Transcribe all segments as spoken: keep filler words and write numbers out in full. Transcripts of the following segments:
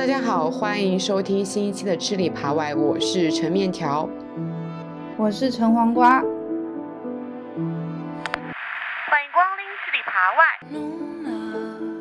大家好，欢迎收听新一期的吃里扒外，我是陈面条， 我是陈黄瓜。 欢迎光临吃里扒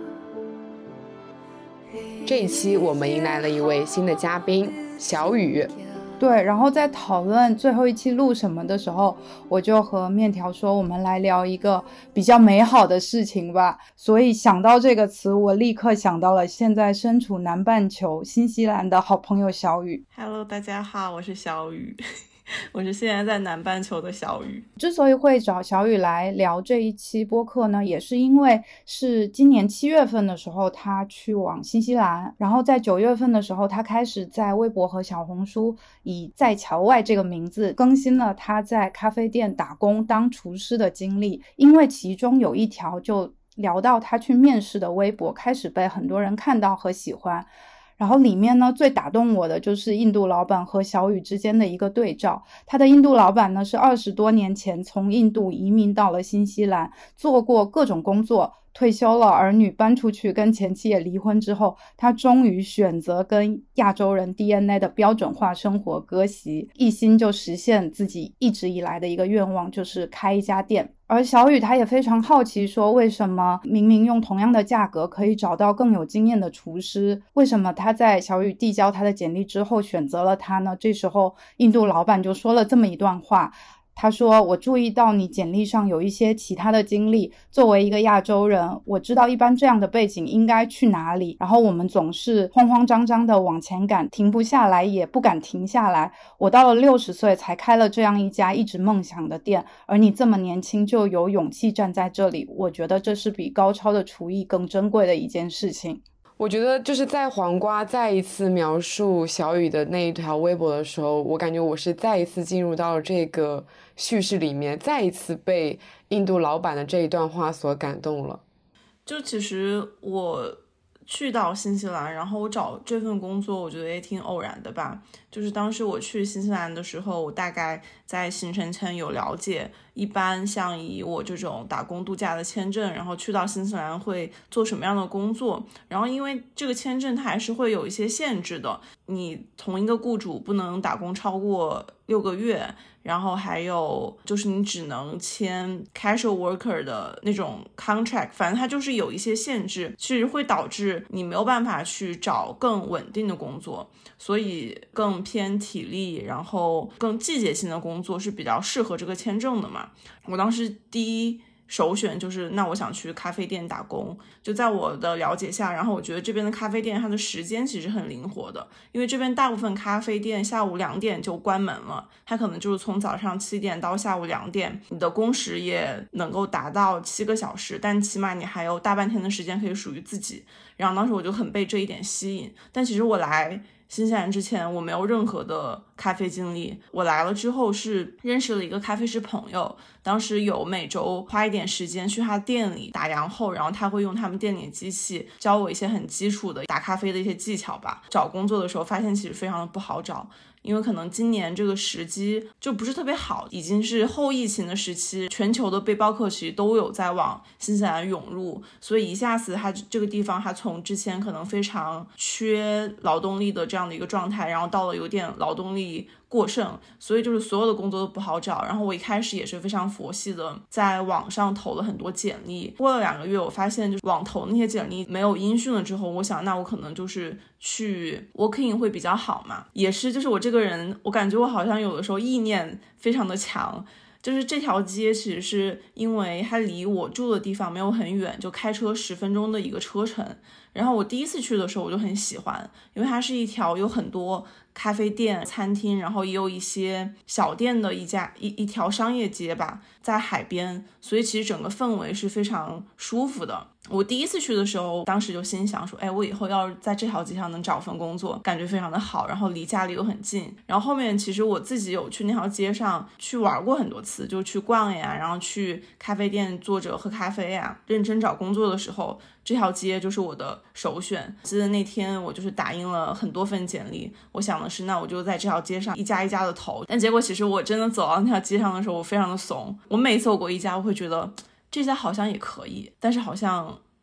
外。这一期我们迎来了一位新的嘉宾小雨。 对，然后在讨论最后一期录什么的时候，我就和面条说我们来聊一个比较美好的事情吧。所以想到这个词，我立刻想到了现在身处南半球新西兰的好朋友小雨。 Hello 大家好，我是小雨我是现在在南半球的小雨。 之所以会找小雨来聊这一期播客呢，也是因为是今年七月份的时候他去往新西兰，然后在九月份的时候他开始在微博和小红书以在桥外这个名字更新了他在咖啡店打工当厨师的经历，因为其中有一条就聊到他去面试的微博开始被很多人看到和喜欢。然后里面呢，最打动我的就是印度老板和小雨之间的一个对照。他的印度老板呢，是二十多年前从印度移民到了新西兰，做过各种工作，退休了，儿女搬出去，跟前妻也离婚之后，他终于选择跟亚洲人 D N A 的标准化生活割席，一心就实现自己一直以来的一个愿望，就是开一家店。而小雨他也非常好奇，说为什么明明用同样的价格可以找到更有经验的厨师，为什么他在小雨递交他的简历之后选择了他呢？这时候印度老板就说了这么一段话，他说，我注意到你简历上有一些其他的经历，作为一个亚洲人，我知道一般这样的背景应该去哪里，然后我们总是慌慌张张的往前赶，停不下来也不敢停下来，我到了六十岁才开了这样一家一直梦想的店，而你这么年轻就有勇气站在这里，我觉得这是比高超的厨艺更珍贵的一件事情。 我觉得就是在黄瓜再一次描述小雨的那一条微博的时候，我感觉我是再一次进入到了这个叙事里面，再一次被印度老板的这一段话所感动了。 就其实我去到新西兰，然后我找这份工作，我觉得也挺偶然的吧。就是当时我去新西兰的时候，我大概在行程前有了解，一般像以我这种打工度假的签证，然后去到新西兰会做什么样的工作。然后因为这个签证它还是会有一些限制的，你同一个雇主不能打工超过六个月，然后还有就是你只能签 casual worker 的那种 contract， 反正它就是有一些限制，其实会导致你没有办法去找更稳定的工作，所以更偏体力然后更季节性的工作是比较适合这个签证的嘛。我当时第一首选就是那我想去咖啡店打工，就在我的了解下，然后我觉得这边的咖啡店它的时间其实很灵活的，因为这边大部分咖啡店下午两点就关门了，它可能就是从早上七点到下午两点，你的工时也能够达到七个小时，但起码你还有大半天的时间可以属于自己。然后当时我就很被这一点吸引，但其实我来新西兰之前我没有任何的咖啡经历，我来了之后是认识了一个咖啡师朋友，当时有每周花一点时间去他店里打烊后，然后他会用他们店里的机器教我一些很基础的打咖啡的一些技巧吧。找工作的时候发现其实非常的不好找，因为可能今年这个时机就不是特别好，已经是后疫情的时期，全球的背包客其实都有在往新西兰涌入，所以一下子它这个地方它从之前可能非常缺劳动力的这样的一个状态，然后到了有点劳动力过剩，所以就是所有的工作都不好找。然后我一开始也是非常佛系的在网上投了很多简历，过了两个月我发现就是网投那些简历没有音讯了之后，我想那我可能就是去 walk in 会比较好嘛。也是就是我这个人，我感觉我好像有的时候意念非常的强，就是这条街其实是因为它离我住的地方没有很远，就开车十分钟的一个车程。然后我第一次去的时候我就很喜欢，因为它是一条有很多咖啡店餐厅，然后也有一些小店的一家一一条商业街吧，在海边，所以其实整个氛围是非常舒服的。我第一次去的时候当时就心想说，哎，我以后要是在这条街上能找份工作感觉非常的好，然后离家里又很近。然后后面其实我自己有去那条街上去玩过很多次，就去逛呀，然后去咖啡店坐着喝咖啡呀，认真找工作的时候这条街就是我的首选。记得那天我就是打印了很多份简历，我想的是那我就在这条街上一家一家的投，但结果其实我真的走到那条街上的时候我非常的怂，我每走过一家我会觉得这家好像也可以，但是好像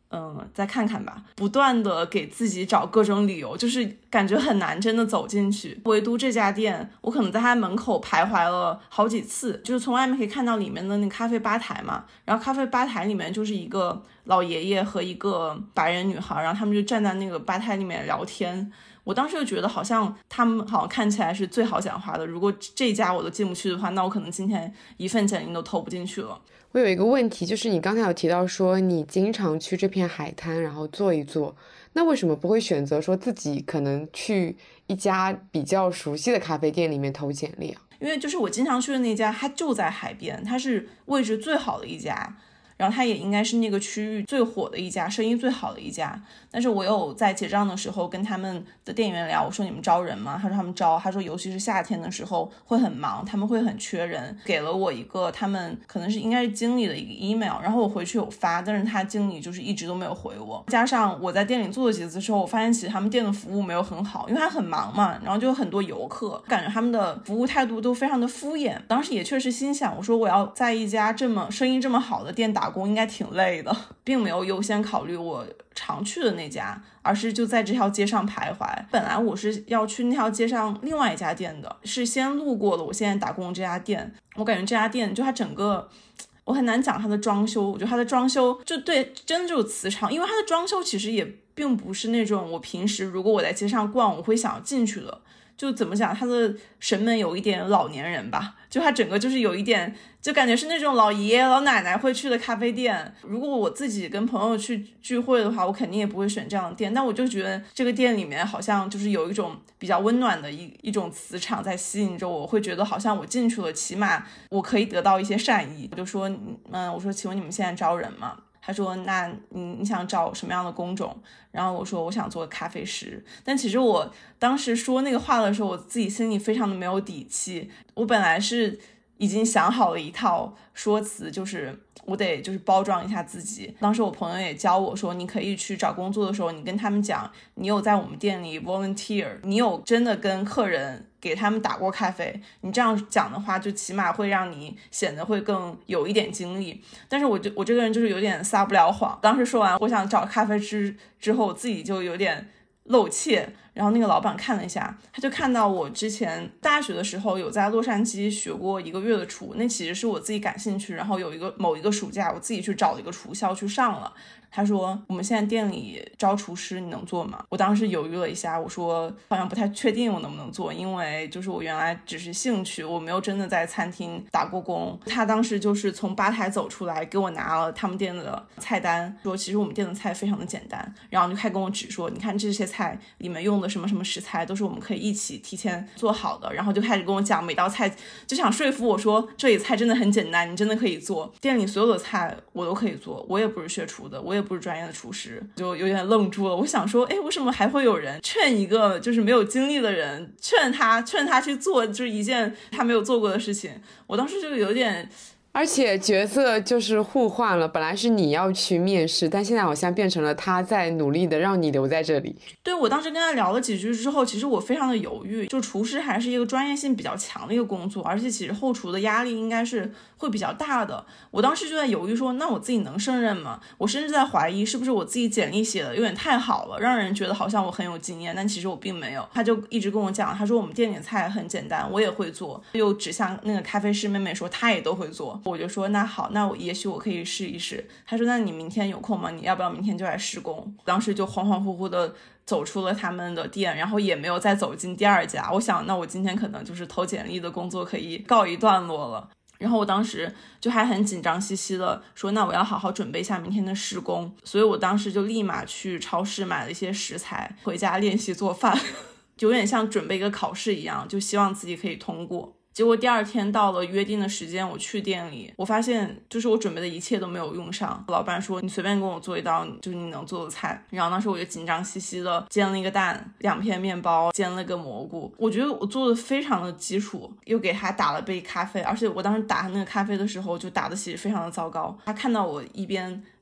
嗯，再看看吧，不断的给自己找各种理由，就是感觉很难真的走进去。唯独这家店，我可能在它门口徘徊了好几次，就是从外面可以看到里面的那个咖啡吧台嘛，然后咖啡吧台里面就是一个老爷爷和一个白人女孩，然后他们就站在那个吧台里面聊天。我当时就觉得好像他们好像看起来是最好讲话的，如果这家我都进不去的话，那我可能今天一份简历都投不进去了。 我有一个问题，就是你刚才有提到说你经常去这片海滩然后坐一坐，那为什么不会选择说自己可能去一家比较熟悉的咖啡店里面投简历啊？ 因为就是我经常去的那家它就在海边，它是位置最好的一家，然后它也应该是那个区域最火的一家，生意最好的一家。但是我有在结账的时候跟他们的店员聊，我说你们招人吗？他说他们招，他说尤其是夏天的时候会很忙，他们会很缺人，给了我一个他们可能是应该是经理的一个 email， 然后我回去有发，但是他经理就是一直都没有回我。加上我在店里做了几次之后，我发现其实他们店的服务没有很好，因为他很忙嘛，然后就有很多游客，感觉他们的服务态度都非常的敷衍。当时也确实心想，我说我要在一家这么生意这么好的店打工应该挺累的，并没有优先考虑我常去的那家，而是就在这条街上徘徊。本来我是要去那条街上另外一家店的，是先路过了我现在打工的这家店。我感觉这家店就它整个，我很难讲它的装修，我觉得它的装修就对，真的就是磁场，因为它的装修其实也并不是那种我平时如果我在街上逛我会想要进去的。就怎么讲，他的审美有一点老年人吧，就他整个就是有一点，就感觉是那种老爷爷老奶奶会去的咖啡店。如果我自己跟朋友去聚会的话，我肯定也不会选这样的店，但我就觉得这个店里面好像就是有一种比较温暖的一一种磁场在吸引着我，我会觉得好像我进去了，起码我可以得到一些善意。我就说，嗯，我说请问你们现在招人吗？他说那你你想找什么样的工种？然后我说我想做咖啡师。但其实我当时说那个话的时候，我自己心里非常的没有底气。我本来是已经想好了一套说辞，就是我得就是包装一下自己。当时我朋友也教我说，你可以去找工作的时候，你跟他们讲你有在我们店里 volunteer， 你有真的跟客人给他们打过咖啡，你这样讲的话就起码会让你显得会更有一点经历。但是我就我这个人就是有点撒不了谎，当时说完我想找咖啡师之后，我自己就有点露怯。然后那个老板看了一下，他就看到我之前大学的时候有在洛杉矶学过一个月的厨，那其实是我自己感兴趣，然后有一个某一个暑假我自己去找了一个厨校去上了。他说我们现在店里招厨师，你能做吗？我当时犹豫了一下，我说好像不太确定我能不能做，因为就是我原来只是兴趣，我没有真的在餐厅打过工。他当时就是从吧台走出来给我拿了他们店的菜单，说其实我们店的菜非常的简单，然后就开始跟我指说，你看这些菜里面用的什么什么食材都是我们可以一起提前做好的，然后就开始跟我讲每道菜，就想说服我说这里菜真的很简单，你真的可以做，店里所有的菜我都可以做，我也不是学厨的，我也不是专业的厨师。就有点愣住了，我想说哎，为什么还会有人劝一个就是没有经历的人，劝他劝他去做就是一件他没有做过的事情。我当时就有点， 而且角色就是互换了，本来是你要去面试，但现在好像变成了他在努力的让你留在这里。 对，我当时跟他聊了几句之后，其实我非常的犹豫，就厨师还是一个专业性比较强的一个工作，而且其实后厨的压力应该是会比较大的。我当时就在犹豫说，那我自己能胜任吗？我甚至在怀疑是不是我自己简历写的有点太好了，让人觉得好像我很有经验，但其实我并没有。他就一直跟我讲，他说我们店里的菜很简单，我也会做，又指向那个咖啡师妹妹说她也都会做。我就说那好，那我也许我可以试一试。他说那你明天有空吗？你要不要明天就来施工？当时就恍恍惚惚的走出了他们的店，然后也没有再走进第二家。我想那我今天可能就是投简历的工作可以告一段落了。然后我当时就还很紧张兮兮的说，那我要好好准备一下明天的施工。所以我当时就立马去超市买了一些食材，回家练习做饭就有点像准备一个考试一样，就希望自己可以通过。结果第二天到了约定的时间，我去店里，我发现就是我准备的一切都没有用上。老板说你随便跟我做一道就是你能做的菜。然后当时我就紧张兮兮的煎了一个蛋，两片面包，煎了个蘑菇。我觉得我做的非常的基础，又给他打了杯咖啡，而且我当时打他那个咖啡的时候就打的其实非常的糟糕。他看到我一边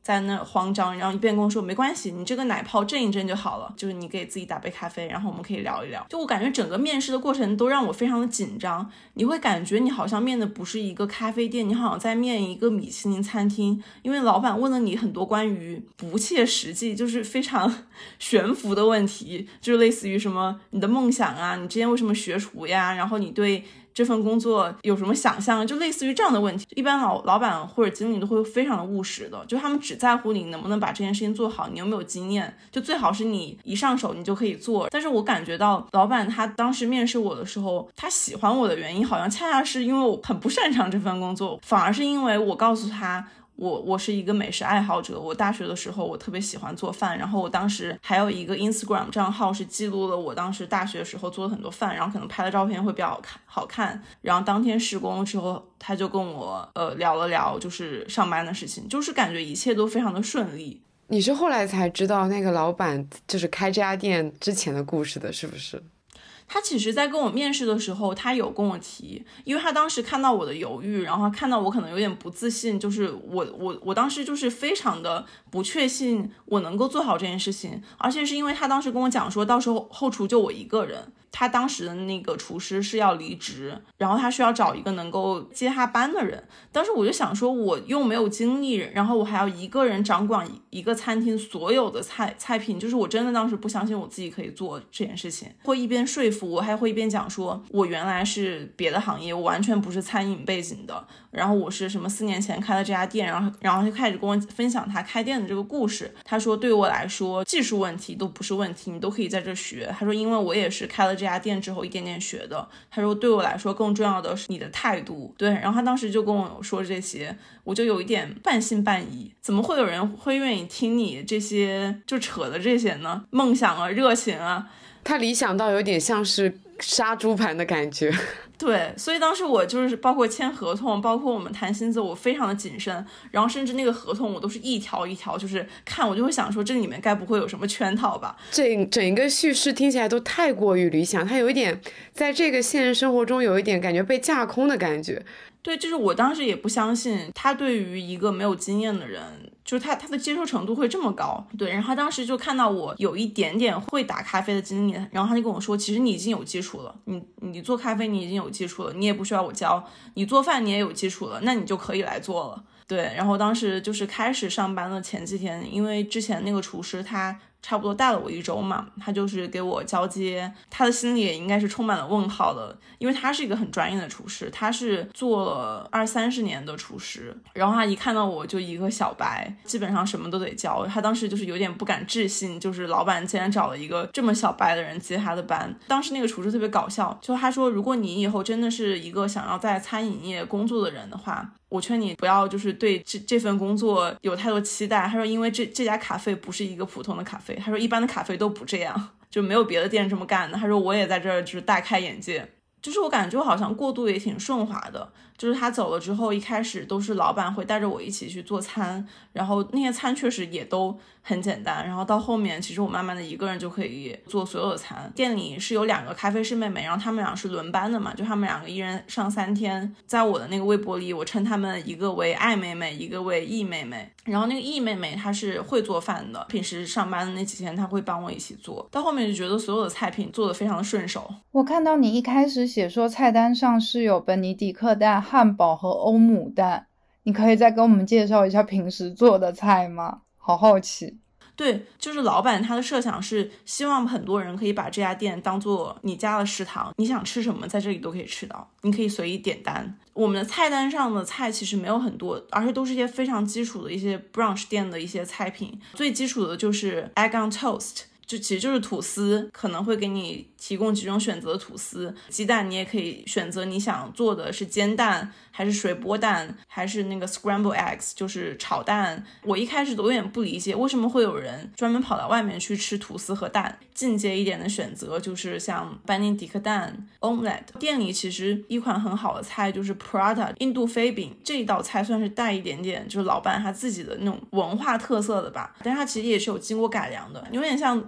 在那慌张，然后一边跟我说没关系，你这个奶泡震一震就好了，就是你给自己打杯咖啡，然后我们可以聊一聊。就我感觉整个面试的过程都让我非常的紧张，你会感觉你好像面的不是一个咖啡店，你好像在面一个米其林餐厅，因为老板问了你很多关于不切实际，就是非常悬浮的问题，就是类似于什么你的梦想啊，你之前为什么学厨呀，然后你对这份工作有什么想象，就类似于这样的问题。一般老老板或者经理都会非常的务实的，就他们只在乎你能不能把这件事情做好，你有没有经验，就最好是你一上手你就可以做。但是我感觉到老板他当时面试我的时候，他喜欢我的原因好像恰恰是因为我很不擅长这份工作，反而是因为我告诉他我我是一个美食爱好者，我大学的时候我特别喜欢做饭，然后我当时还有一个 Instagram 账号是记录了我当时大学的时候做了很多饭，然后可能拍的照片会比较好看好看。然后当天施工之后，他就跟我呃聊了聊就是上班的事情，就是感觉一切都非常的顺利。 你是后来才知道那个老板就是开这家店之前的故事的，是不是？ 他其实在跟我面试的时候，他有跟我提，因为他当时看到我的犹豫，然后看到我可能有点不自信，就是我我我当时就是非常的不确信我能够做好这件事情，而且是因为他当时跟我讲说到时候后厨就我一个人，他当时的那个厨师是要离职，然后他需要找一个能够接他班的人。当时我就想说我又没有精力，然后我还要一个人掌管一个餐厅所有的菜菜品，就是我真的当时不相信我自己可以做这件事情，会一边说服我，还会一边讲说我原来是别的行业，我完全不是餐饮背景的，然后我是什么四年前开了这家店，然后然后就开始跟我分享他开店的这个故事。他说对我来说技术问题都不是问题，你都可以在这学。他说因为我也是开了这家店之后一点点学的，他说对我来说更重要的是你的态度。对，然后他当时就跟我说这些，我就有一点半信半疑，怎么会有人会愿意听你这些就扯的这些呢？梦想啊，热情啊， 他理想到有点像是杀猪盘的感觉。 对，所以当时我就是包括签合同，包括我们谈薪资，我非常的谨慎，然后甚至那个合同我都是一条一条就是看，我就会想说这里面该不会有什么圈套吧。 整整一个叙事听起来都太过于理想，他有一点在这个现实生活中有一点感觉被架空的感觉。 对，就是我当时也不相信他对于一个没有经验的人，就是他他的接受程度会这么高。对，然后他当时就看到我有一点点会打咖啡的经历，然后他就跟我说其实你已经有基础了，你你做咖啡你已经有基础了，你也不需要我教，你做饭你也有基础了，那你就可以来做了。对，然后当时就是开始上班的前几天，因为之前那个厨师他差不多带了我一周嘛，他就是给我交接，他的心里也应该是充满了问号的，因为他是一个很专业的厨师，他是做了二三十年的厨师，然后他一看到我就一个小白，基本上什么都得教，他当时就是有点不敢置信，就是老板竟然找了一个这么小白的人接他的班。当时那个厨师特别搞笑，就他说如果你以后真的是一个想要在餐饮业工作的人的话，我劝你不要就是对这这份工作有太多期待。他说因为这这家咖啡不是一个普通的咖啡，他说一般的咖啡都不这样，就没有别的店这么干的。他说我也在这儿就是大开眼界，就是我感觉好像过渡也挺顺滑的。就是他走了之后，一开始都是老板会带着我一起去做餐，然后那些餐确实也都很简单，然后到后面其实我慢慢的一个人就可以做所有的餐。店里是有两个咖啡师妹妹，然后他们俩是轮班的嘛，就他们两个一人上三天。在我的那个微博里，我称他们一个为爱妹妹，一个为易妹妹。然后那个易妹妹她是会做饭的，平时上班的那几天她会帮我一起做，到后面就觉得所有的菜品做得非常的顺手。 我看到你一开始写说菜单上是有本尼迪克蛋、汉堡和欧姆蛋，你可以再给我们介绍一下平时做的菜吗？好好奇。 对，就是老板他的设想是希望很多人可以把这家店当做你家的食堂，你想吃什么在这里都可以吃到，你可以随意点单。我们的菜单上的菜其实没有很多，而且都是一些非常基础的一些 brunch 店的一些菜品。最基础的就是 egg on toast， 就其实就是吐司，可能会给你提供几种选择的吐司。鸡蛋你也可以选择你想做的是煎蛋还是水波蛋还是那个 scramble eggs， 就是炒蛋。我一开始都有点不理解为什么会有人专门跑到外面去吃吐司和蛋。进阶一点的选择就是像班尼迪克蛋 omelette。 店里其实一款很好的菜就是 prata 印度飞饼，这一道菜算是带一点点就是老板他自己的那种文化特色的吧，但是它其实也是有经过改良的，有点像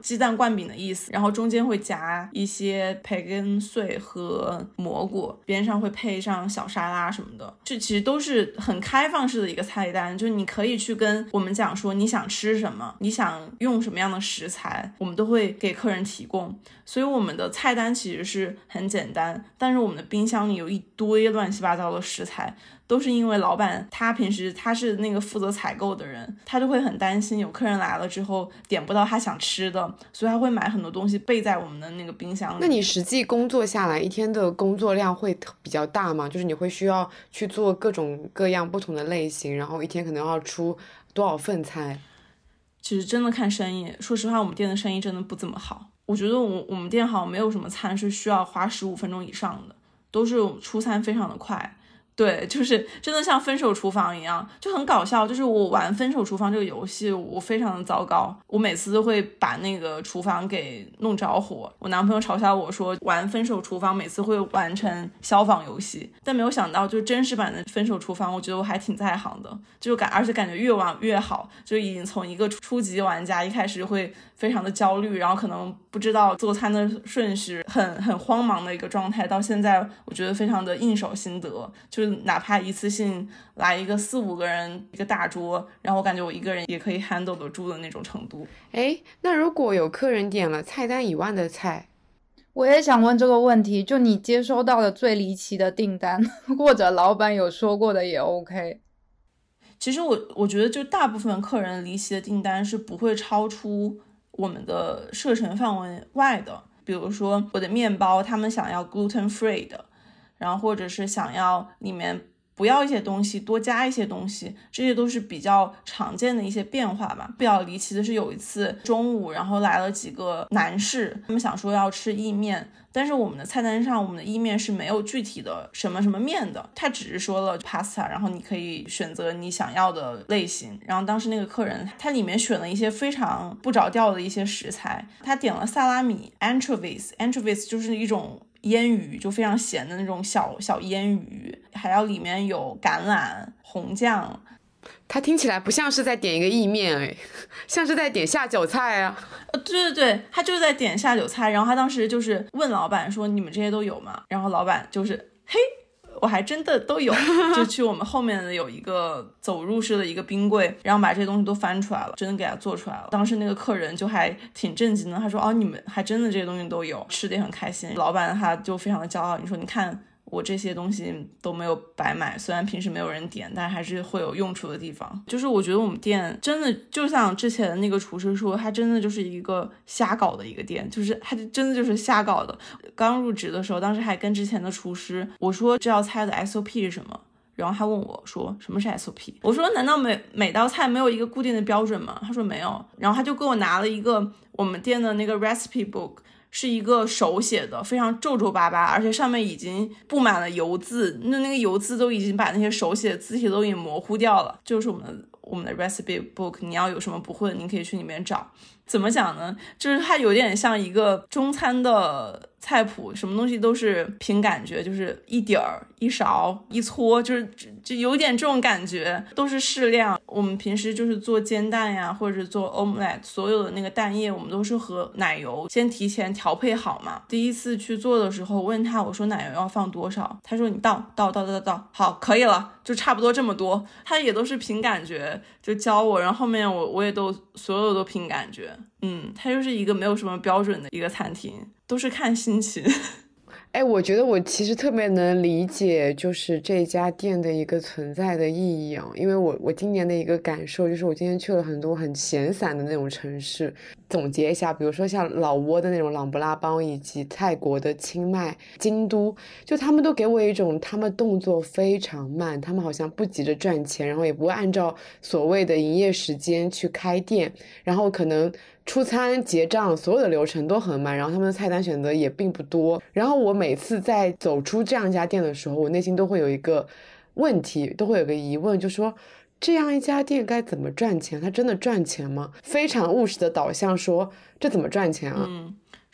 鸡蛋灌饼的意思，然后中间会夹一些培根碎和蘑菇，边上会配上小沙拉什么的，这其实都是很开放式的一个菜单，就是你可以去跟我们讲说你想吃什么，你想用什么样的食材，我们都会给客人提供。所以我们的菜单其实是很简单，但是我们的冰箱里有一堆乱七八糟的食材，都是因为老板他平时他是那个负责采购的人，他就会很担心有客人来了之后点不到他想吃的，所以他会买很多东西备在我们的那个冰箱里。 那你实际工作下来一天的工作量会比较大吗？就是你会需要去做各种各样不同的类型，然后一天可能要出多少份菜？ 其实真的看生意，说实话我们店的生意真的不怎么好，我觉得我我们店好像没有什么餐是需要花十五分钟以上的，都是出餐非常的快。对，就是真的像分手厨房一样，就很搞笑。就是我玩分手厨房这个游戏，我非常的糟糕，我每次都会把那个厨房给弄着火。我男朋友嘲笑我说，玩分手厨房每次会玩成消防游戏，但没有想到，就真实版的分手厨房，我觉得我还挺在行的，就感而且感觉越玩越好，就已经从一个初级玩家一开始会非常的焦虑，然后可能不知道做餐的顺序，很很慌忙的一个状态，到现在我觉得非常的应手心得，就是哪怕一次性来一个四五个人一个大桌，然后我感觉我一个人也可以 handle 得住的那种程度。 诶，那如果有客人点了菜单以外的菜， 我也想问这个问题，就你接收到的最离奇的订单，或者老板有说过的也 OK。 其实我我觉得就大部分客人离奇的订单是不会超出我们的射程范围外的，比如说我的面包他们想要 gluten free 的，然后或者是想要里面不要一些东西多加一些东西，这些都是比较常见的一些变化吧。比较离奇的是有一次中午然后来了几个男士，他们想说要吃意面，但是我们的菜单上我们的意面是没有具体的什么什么面的，他只是说了 pasta， 然后你可以选择你想要的类型。然后当时那个客人他里面选了一些非常不着调的一些食材，他点了萨拉米 anchovies anchovies 就是一种腌鱼，就非常咸的那种小小腌鱼，还要里面有橄榄红酱。 它听起来不像是在点一个意面，哎，像是在点下酒菜啊。 呃，对对对，他就是在点下酒菜，然后他当时就是问老板说你们这些都有吗？然后老板就是嘿，我还真的都有，就去我们后面的有一个走入式的一个冰柜，然后把这些东西都翻出来了，真的给他做出来了。当时那个客人就还挺震惊的，他说哦，你们还真的这些东西都有，吃的也很开心。老板他就非常的骄傲，你说你看我这些东西都没有白买，虽然平时没有人点，但还是会有用处的地方。就是我觉得我们店真的就像之前的那个厨师说，他真的就是一个瞎搞的一个店，就是他真的就是瞎搞的。刚入职的时候，当时还跟之前的厨师我说这道菜的 S O P 是什么，然后他问我说什么是 S O P， 我说难道每每道菜没有一个固定的标准吗？他说没有，然后他就给我拿了一个我们店的那个 recipe book，是一个手写的，非常皱皱巴巴，而且上面已经布满了油渍，那那个油渍都已经把那些手写的字体都已经模糊掉了。就是我们的我们的 recipe book， 你要有什么不会的，你可以去里面找。怎么讲呢？就是它有点像一个中餐的菜谱，什么东西都是凭感觉，就是一点儿、一勺、一撮，就是就有点这种感觉，都是适量。我们平时就是做煎蛋呀，或者是做 omelette， 所有的那个蛋液我们都是和奶油先提前调配好嘛。第一次去做的时候，问他我说奶油要放多少，他说你倒倒倒倒倒，好，可以了，就差不多这么多。他也都是凭感觉就教我，然后后面我我也都所有都凭感觉。嗯，它就是一个没有什么标准的一个餐厅，都是看心情。 哎，我觉得我其实特别能理解，就是这家店的一个存在的意义啊，因为我我今年的一个感受就是，我今天去了很多很闲散的那种城市，总结一下，比如说像老挝的那种琅勃拉邦，以及泰国的清迈、京都，就他们都给我一种他们动作非常慢，他们好像不急着赚钱，然后也不会按照所谓的营业时间去开店，然后可能出餐结账所有的流程都很慢，然后他们的菜单选择也并不多。然后我每次在走出这样一家店的时候，我内心都会有一个问题，都会有个疑问，就说这样一家店该怎么赚钱？它真的赚钱吗？非常务实的导向说这怎么赚钱啊？ 嗯，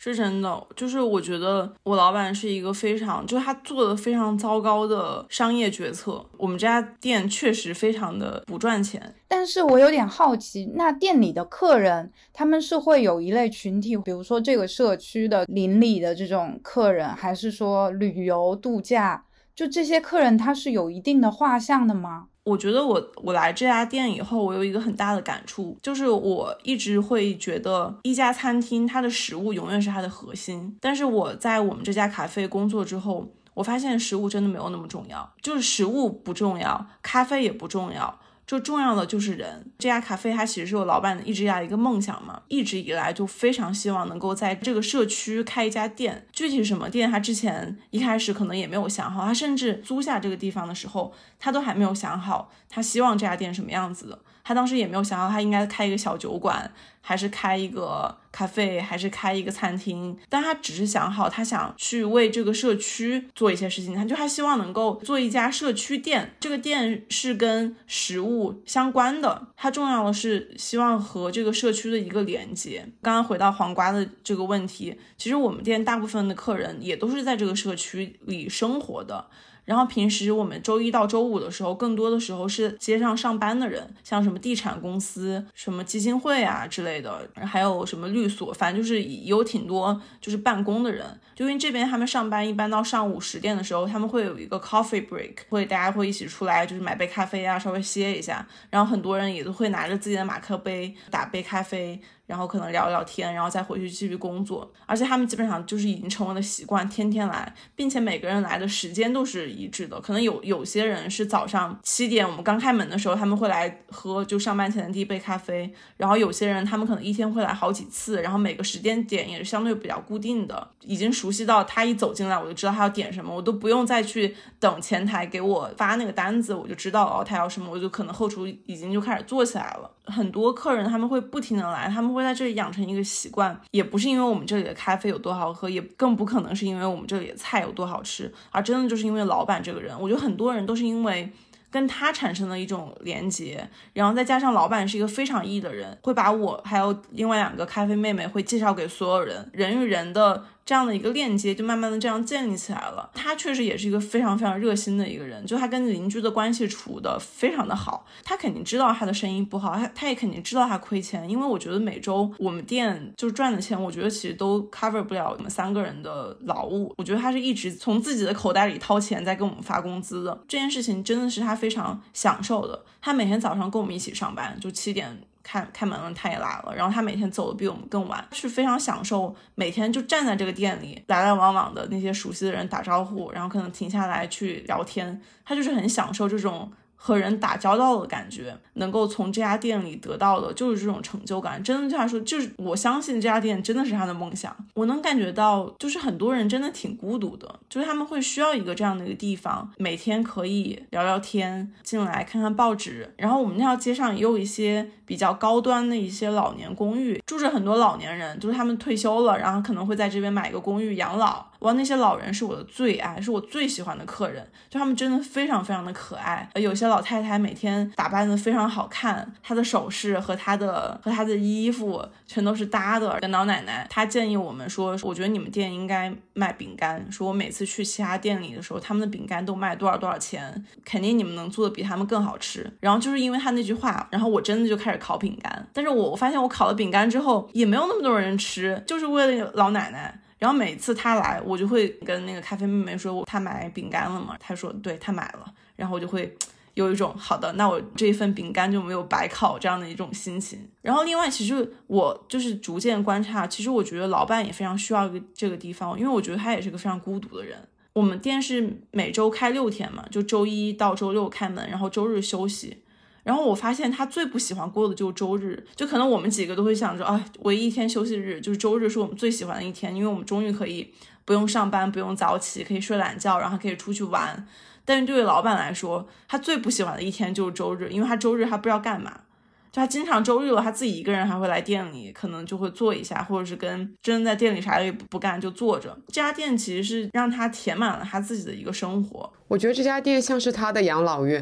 是真的，就是我觉得我老板是一个非常，就是他做的非常糟糕的商业决策。我们这家店确实非常的不赚钱。 但是我有点好奇，那店里的客人他们是会有一类群体，比如说这个社区的邻里的这种客人，还是说旅游度假，就这些客人他是有一定的画像的吗？ 我觉得我我来这家店以后，我有一个很大的感触，就是我一直会觉得一家餐厅它的食物永远是它的核心，但是我在我们这家咖啡工作之后，我发现食物真的没有那么重要，就是食物不重要，咖啡也不重要，就重要的就是人。这家咖啡它其实是我老板一直以来一个梦想嘛，一直以来就非常希望能够在这个社区开一家店，具体什么店他之前一开始可能也没有想好，他甚至租下这个地方的时候他都还没有想好他希望这家店什么样子的，他当时也没有想好他应该开一个小酒馆，还是开一个咖啡，还是开一个餐厅，但他只是想好他想去为这个社区做一些事情，他就他希望能够做一家社区店，这个店是跟食物相关的，他重要的是希望和这个社区的一个连接。刚刚回到黄瓜的这个问题，其实我们店大部分的客人也都是在这个社区里生活的，然后平时我们周一到周五的时候，更多的时候是街上上班的人，像什么地产公司、什么基金会啊之类的，还有什么律所，反正就是有挺多就是办公的人。就因为这边他们上班一般到上午十点的时候，他们会有一个 coffee break， 会大家会一起出来就是买杯咖啡啊，稍微歇一下，然后很多人也都会拿着自己的马克杯打杯咖啡，然后可能聊聊天，然后再回去继续工作。而且他们基本上就是已经成为了习惯，天天来，并且每个人来的时间都是一致的。可能有有些人是早上七点我们刚开门的时候他们会来喝就上班前的第一杯咖啡，然后有些人他们可能一天会来好几次，然后每个时间点也是相对比较固定的，已经熟悉到他一走进来我就知道他要点什么，我都不用再去等前台给我发那个单子，我就知道哦他要什么，我就可能后厨已经就开始做起来了。很多客人他们会不停的来，他们会在这里养成一个习惯，也不是因为我们这里的咖啡有多好喝，也更不可能是因为我们这里的菜有多好吃，而真的就是因为老板这个人。我觉得很多人都是因为跟他产生了一种连结，然后再加上老板是一个非常 E 的人，会把我还有另外两个咖啡妹妹会介绍给所有人，人与人的这样的一个链接就慢慢的这样建立起来了。他确实也是一个非常非常热心的一个人，就他跟邻居的关系处的非常的好，他肯定知道他的生意不好，他他也肯定知道他亏钱，因为我觉得每周我们店就赚的钱，我觉得其实都 cover 不了我们三个人的劳务，我觉得他是一直从自己的口袋里掏钱在跟我们发工资的，这件事情真的是他非常享受的。他每天早上跟我们一起上班，就七点开开门了他也来了，然后他每天走的比我们更晚，是非常享受每天就站在这个店里来来往往的那些熟悉的人打招呼，然后可能停下来去聊天，他就是很享受这种和人打交道的感觉，能够从这家店里得到的就是这种成就感。真的对他说，就是我相信这家店真的是他的梦想。我能感觉到就是很多人真的挺孤独的，就是他们会需要一个这样的一个地方，每天可以聊聊天，进来看看报纸。然后我们那条街上也有一些比较高端的一些老年公寓，住着很多老年人，就是他们退休了，然后可能会在这边买一个公寓养老。哇，那些老人是我的最爱，是我最喜欢的客人，就他们真的非常非常的可爱。有些老太太每天打扮的非常好看，她的首饰和她的和她的衣服全都是搭的。跟老奶奶她建议我们说，我觉得你们店应该卖饼干，说我每次去其他店里的时候，他们的饼干都卖多少多少钱，肯定你们能做的比他们更好吃。然后就是因为她那句话，然后我真的就开始烤饼干，但是我我发现我烤了饼干之后也没有那么多人吃，就是为了老奶奶。然后每次他来，我就会跟那个咖啡妹妹说他买饼干了吗？他说对，他买了。然后我就会有一种好的，那我这一份饼干就没有白烤这样的一种心情。然后另外其实我就是逐渐观察，其实我觉得老板也非常需要一个这个地方，因为我觉得他也是个非常孤独的人。我们店是每周开六天嘛，就周一到周六开门，然后周日休息。然后我发现他最不喜欢过的就是周日，就可能我们几个都会想着啊，唯一一天休息日就是周日是我们最喜欢的一天，因为我们终于可以不用上班，不用早起，可以睡懒觉，然后可以出去玩。但是对于老板来说，他最不喜欢的一天就是周日，因为他周日他不知道干嘛，就他经常周日了他自己一个人还会来店里，可能就会坐一下，或者是跟真的在店里啥也不干就坐着。这家店其实是让他填满了他自己的一个生活。 我觉得这家店像是他的养老院，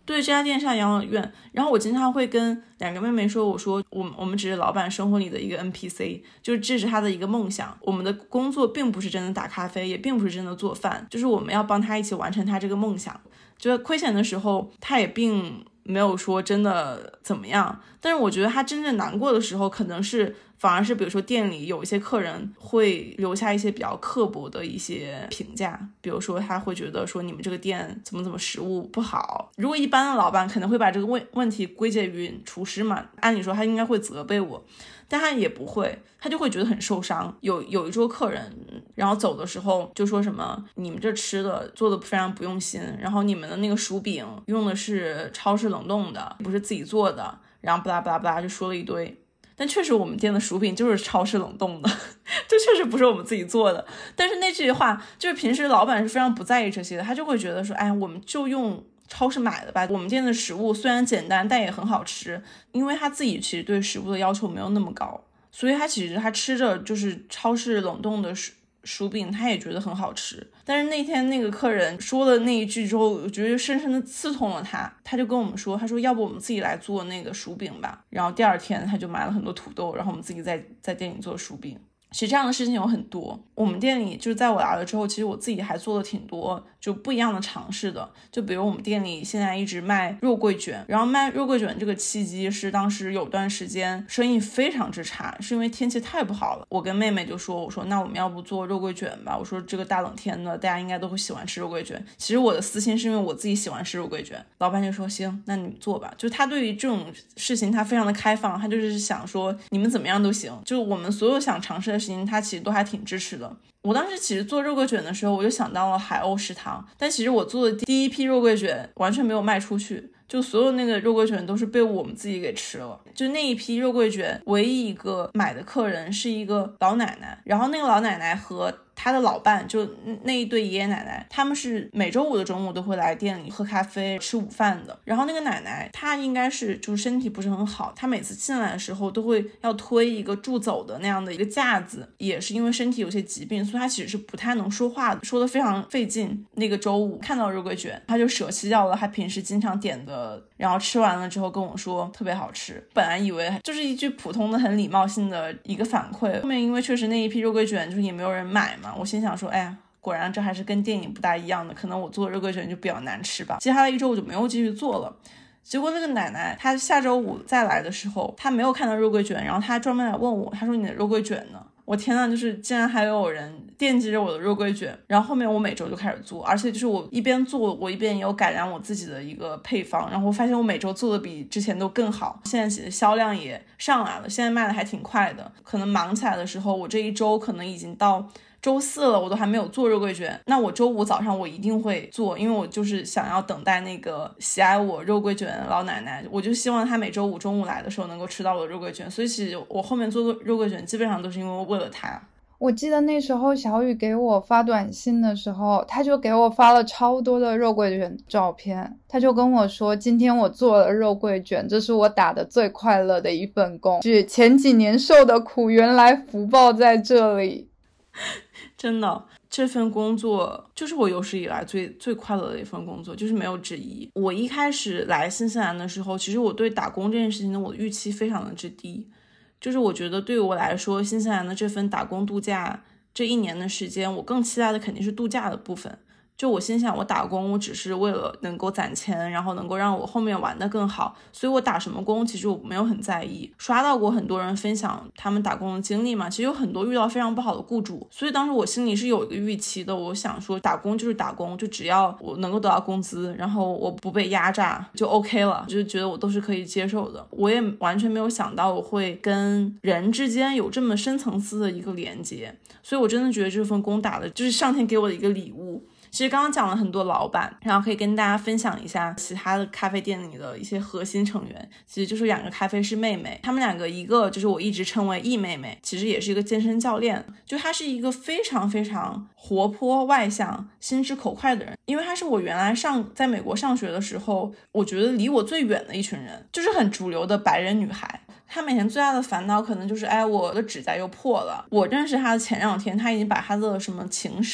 对，这家店像养老院。然后我经常会跟两个妹妹说，我说我们我们只是老板生活里的一个 N P C， 就是这是他的一个梦想，我们的工作并不是真的打咖啡，也并不是真的做饭，就是我们要帮他一起完成他这个梦想。就亏钱的时候他也并没有说真的怎么样，但是我觉得他真正难过的时候可能是反而是比如说店里有一些客人会留下一些比较刻薄的一些评价，比如说他会觉得说你们这个店怎么怎么食物不好。如果一般的老板可能会把这个问问题归结于厨师嘛，按理说他应该会责备我，但他也不会，他就会觉得很受伤。有有一桌客人然后走的时候就说什么你们这吃的做的非常不用心，然后你们的那个薯饼用的是超市冷冻的，不是自己做的，然后巴拉巴拉巴拉就说了一堆。但确实我们店的薯饼就是超市冷冻的，这确实不是我们自己做的。但是那句话就是平时老板是非常不在意这些的，他就会觉得说哎，我们就用超市买的吧，我们店的食物虽然简单但也很好吃。因为他自己其实对食物的要求没有那么高，所以他其实他吃着就是超市冷冻的薯薯饼他也觉得很好吃。但是那天那个客人说了那一句之后，我觉得深深的刺痛了他，他就跟我们说，他说要不我们自己来做那个薯饼吧。然后第二天他就买了很多土豆，然后我们自己在在店里做薯饼。其实这样的事情有很多，我们店里就是在我来了之后，其实我自己还做了挺多就不一样的尝试的。就比如我们店里现在一直卖肉桂卷，然后卖肉桂卷这个契机是当时有段时间生意非常之差，是因为天气太不好了。我跟妹妹就说，我说那我们要不做肉桂卷吧，我说这个大冷天的大家应该都会喜欢吃肉桂卷。其实我的私心是因为我自己喜欢吃肉桂卷，老板就说行那你做吧。就是他对于这种事情他非常的开放，他就是想说你们怎么样都行，就我们所有想尝试的事情他其实都还挺支持的。我当时其实做肉桂卷的时候我就想到了海鸥食堂，但其实我做的第一批肉桂卷完全没有卖出去，就所有那个肉桂卷都是被我们自己给吃了。就那一批肉桂卷唯一一个买的客人是一个老奶奶，然后那个老奶奶和他的老伴就那一对爷爷奶奶，他们是每周五的中午都会来店里喝咖啡吃午饭的。然后那个奶奶她应该是就是身体不是很好，她每次进来的时候都会要推一个助走的那样的一个架子，也是因为身体有些疾病，所以她其实是不太能说话的，说得非常费劲。那个周五看到肉桂卷，她就舍弃掉了她平时经常点的，然后吃完了之后跟我说特别好吃。本来以为就是一句普通的很礼貌性的一个反馈，后面因为确实那一批肉桂卷就是也没有人买嘛，我心想说哎呀果然这还是跟电影不大一样的，可能我做的肉桂卷就比较难吃吧。接下来一周我就没有继续做了。结果那个奶奶她下周五再来的时候，她没有看到肉桂卷，然后她专门来问我，她说你的肉桂卷呢？我天呐，就是竟然还有人惦记着我的肉桂卷。然后后面我每周就开始做，而且就是我一边做我一边也有改良我自己的一个配方，然后我发现我每周做的比之前都更好，现在其实销量也上来了，现在卖的还挺快的。可能忙起来的时候我这一周可能已经到周四了，我都还没有做肉桂卷，那我周五早上我一定会做，因为我就是想要等待那个喜爱我肉桂卷的老奶奶，我就希望她每周五中午来的时候能够吃到我的肉桂卷。所以其实我后面做肉桂卷基本上都是因为为了她。 我记得那时候小雨给我发短信的时候，他就给我发了超多的肉桂卷照片，他就跟我说今天我做了肉桂卷，这是我打的最快乐的一份工，是前几年受的苦原来福报在这里。 真的，这份工作就是我有史以来最最快乐的一份工作，就是没有之一。我一开始来新西兰的时候，其实我对打工这件事情的我的预期非常的之低，就是我觉得对于我来说，新西兰的这份打工度假这一年的时间，我更期待的肯定是度假的部分。就我心想我打工我只是为了能够攒钱，然后能够让我后面玩得更好，所以我打什么工其实我没有很在意。刷到过很多人分享他们打工的经历嘛，其实有很多遇到非常不好的雇主，所以当时我心里是有一个预期的，我想说打工就是打工，就只要我能够得到工资，然后我不被压榨就 OK 了，就是觉得我都是可以接受的。我也完全没有想到我会跟人之间有这么深层次的一个连接，所以我真的觉得这份工打的就是上天给我的一个礼物。其实刚刚讲了很多老板，然后可以跟大家分享一下其他的咖啡店里的一些核心成员，其实就是两个咖啡师妹妹，她们两个一个就是我一直称为易妹妹，其实也是一个健身教练，就她是一个非常非常活泼外向心直口快的人，因为她是我原来上在美国上学的时候我觉得离我最远的一群人，就是很主流的白人女孩。她每天最大的烦恼可能就是哎我的指甲又破了。我认识她的前两天她已经把她的什么情史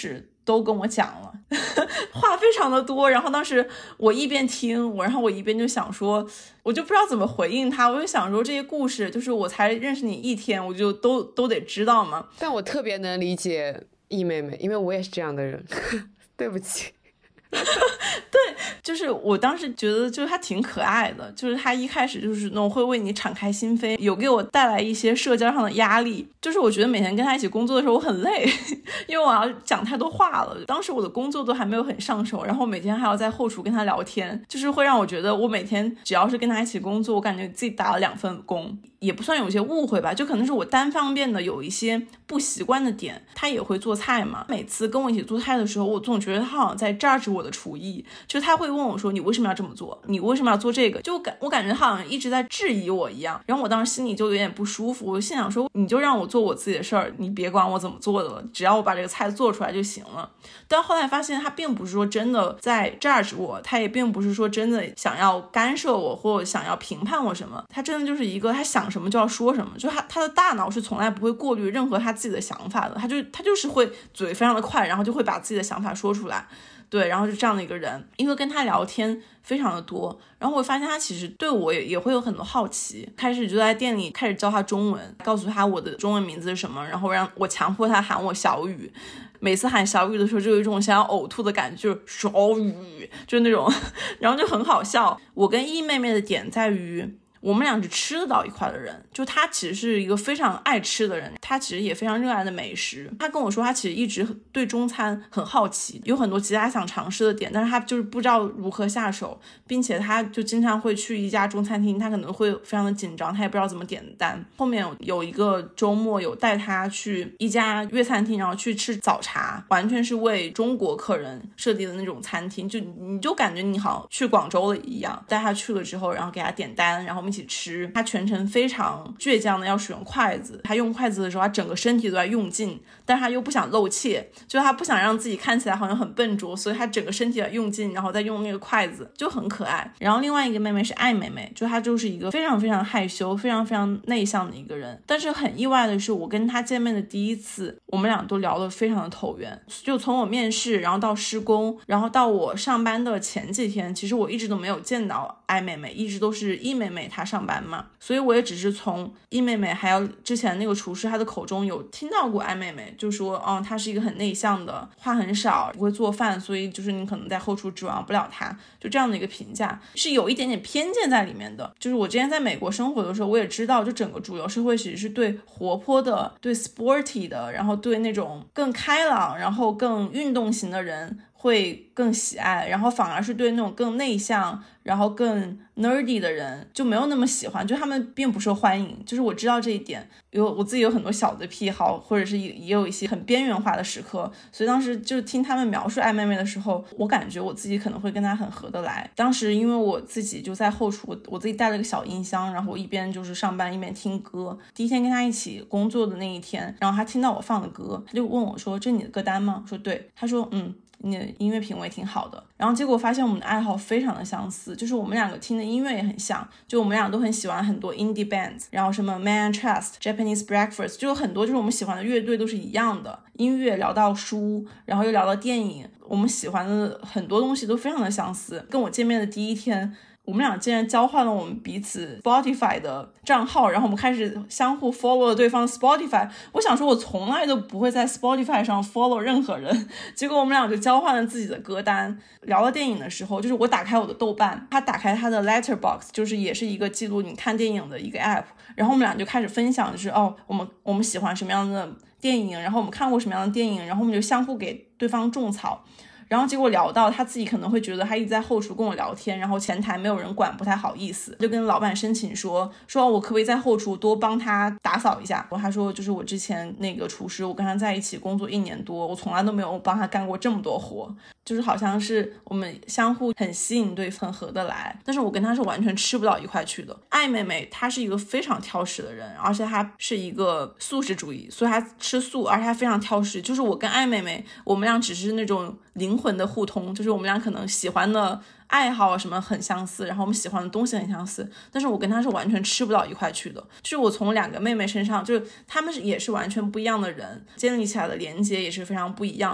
都跟我讲了话非常的多，然后当时我一边听我然后我一边就想说，我就不知道怎么回应他，我就想说这些故事就是我才认识你一天我就都都得知道嘛。 但我特别能理解易妹妹，因为我也是这样的人对不起对，就是我当时觉得就是他挺可爱的，就是他一开始就是那种会为你敞开心扉，有给我带来一些社交上的压力，就是我觉得每天跟他一起工作的时候我很累因为我要讲太多话了，当时我的工作都还没有很上手，然后每天还要在后厨跟他聊天，就是会让我觉得我每天只要是跟他一起工作，我感觉自己打了两份工，也不算有些误会吧，就可能是我单方面的有一些不习惯的点。他也会做菜嘛，每次跟我一起做菜的时候，我总觉得他好像在 judge 我的厨艺，就他会问我说你为什么要这么做，你为什么要做这个，就感我感觉他好像一直在质疑我一样，然后我当时心里就有点不舒服，我心想说你就让我做我自己的事儿，你别管我怎么做的了，只要我把这个菜做出来就行了。但后来发现他并不是说真的在 judge 我，他也并不是说真的想要干涉我或想要评判我什么，他真的就是一个他想什么就要说什么，就他他的大脑是从来不会过滤任何他自己的想法的，他就他就是会嘴非常的快，然后就会把自己的想法说出来。对，然后是这样的一个人，因为跟他聊天非常的多，然后我发现他其实对我也也会有很多好奇，开始就在店里开始教他中文，告诉他我的中文名字是什么，然后让我强迫他喊我小雨，每次喊小雨的时候就有一种想要呕吐的感觉，就是小雨，就是那种然后就很好笑。我跟易妹妹的点在于我们俩是吃得到一块的人，就他其实是一个非常爱吃的人，他其实也非常热爱的美食。他跟我说他其实一直对中餐很好奇，有很多其他想尝试的点，但是他就是不知道如何下手，并且他就经常会去一家中餐厅，他可能会非常的紧张，他也不知道怎么点单。后面有一个周末有带他去一家粤餐厅，然后去吃早茶，完全是为中国客人设计的那种餐厅，就你就感觉你好像去广州了一样。带他去了之后，然后给他点单，然后一起吃，他全程非常倔强的要使用筷子，他用筷子的时候他整个身体都在用劲，但是他又不想露怯，就他不想让自己看起来好像很笨拙，所以他整个身体在用劲，然后再用那个筷子，就很可爱。然后另外一个妹妹是爱妹妹，就她就是一个非常非常害羞非常非常内向的一个人，但是很意外的是我跟她见面的第一次，我们俩都聊得非常的投缘，就从我面试然后到施工，然后到我上班的前几天，其实我一直都没有见到爱妹妹，一直都是易妹妹她上班嘛，所以我也只是从易妹妹还有之前那个厨师她的口中有听到过爱妹妹，就说哦，她是一个很内向的，话很少，不会做饭，所以就是你可能在后厨指望不了她，就这样的一个评价是有一点点偏见在里面的。就是我之前在美国生活的时候，我也知道就整个主流社会其实是对活泼的，对 sporty 的，然后对那种更开朗然后更运动型的人会更喜爱，然后反而是对那种更内向然后更 nerdy 的人就没有那么喜欢，就他们并不受欢迎，就是我知道这一点，有我自己有很多小的癖好，或者是也也有一些很边缘化的时刻，所以当时就听他们描述爱妹妹的时候，我感觉我自己可能会跟她很合得来。当时因为我自己就在后厨，我自己带了个小音箱，然后我一边就是上班一边听歌。第一天跟她一起工作的那一天，然后她听到我放的歌，她就问我说这是你的歌单吗？我说对。她说嗯你的音乐品味挺好的，然后结果发现我们的爱好非常的相似，就是我们两个听的音乐也很像，就我们俩都很喜欢很多 indie bands， 然后什么 Man Trust Japanese Breakfast， 就有很多就是我们喜欢的乐队都是一样的，音乐聊到书，然后又聊到电影，我们喜欢的很多东西都非常的相似。跟我见面的第一天，我们俩竟然交换了我们彼此 Spotify 的账号，然后我们开始相互 follow 了对方 Spotify。 我想说我从来都不会在 Spotify 上 follow 任何人，结果我们俩就交换了自己的歌单。聊到电影的时候，就是我打开我的豆瓣，他打开他的 Letterboxd， 就是也是一个记录你看电影的一个 app， 然后我们俩就开始分享，就是哦我们我们喜欢什么样的电影，然后我们看过什么样的电影，然后我们就相互给对方种草。然后结果聊到他自己可能会觉得他一直在后厨跟我聊天，然后前台没有人管，不太好意思，就跟老板申请说说我可不可以在后厨多帮他打扫一下。他说就是我之前那个厨师，我跟他在一起工作一年多，我从来都没有帮他干过这么多活，就是好像是我们相互很吸引对方，很合得来，但是我跟他是完全吃不到一块去的。爱妹妹她是一个非常挑食的人，而且她是一个素食主义，所以她吃素，而且她非常挑食。就是我跟爱妹妹我们俩只是那种灵魂的互通，就是我们俩可能喜欢的爱好什么很相似，然后我们喜欢的东西很相似，但是我跟她是完全吃不到一块去的。就是我从两个妹妹身上，就是她们也是完全不一样的人，建立起来的连接也是非常不一样的。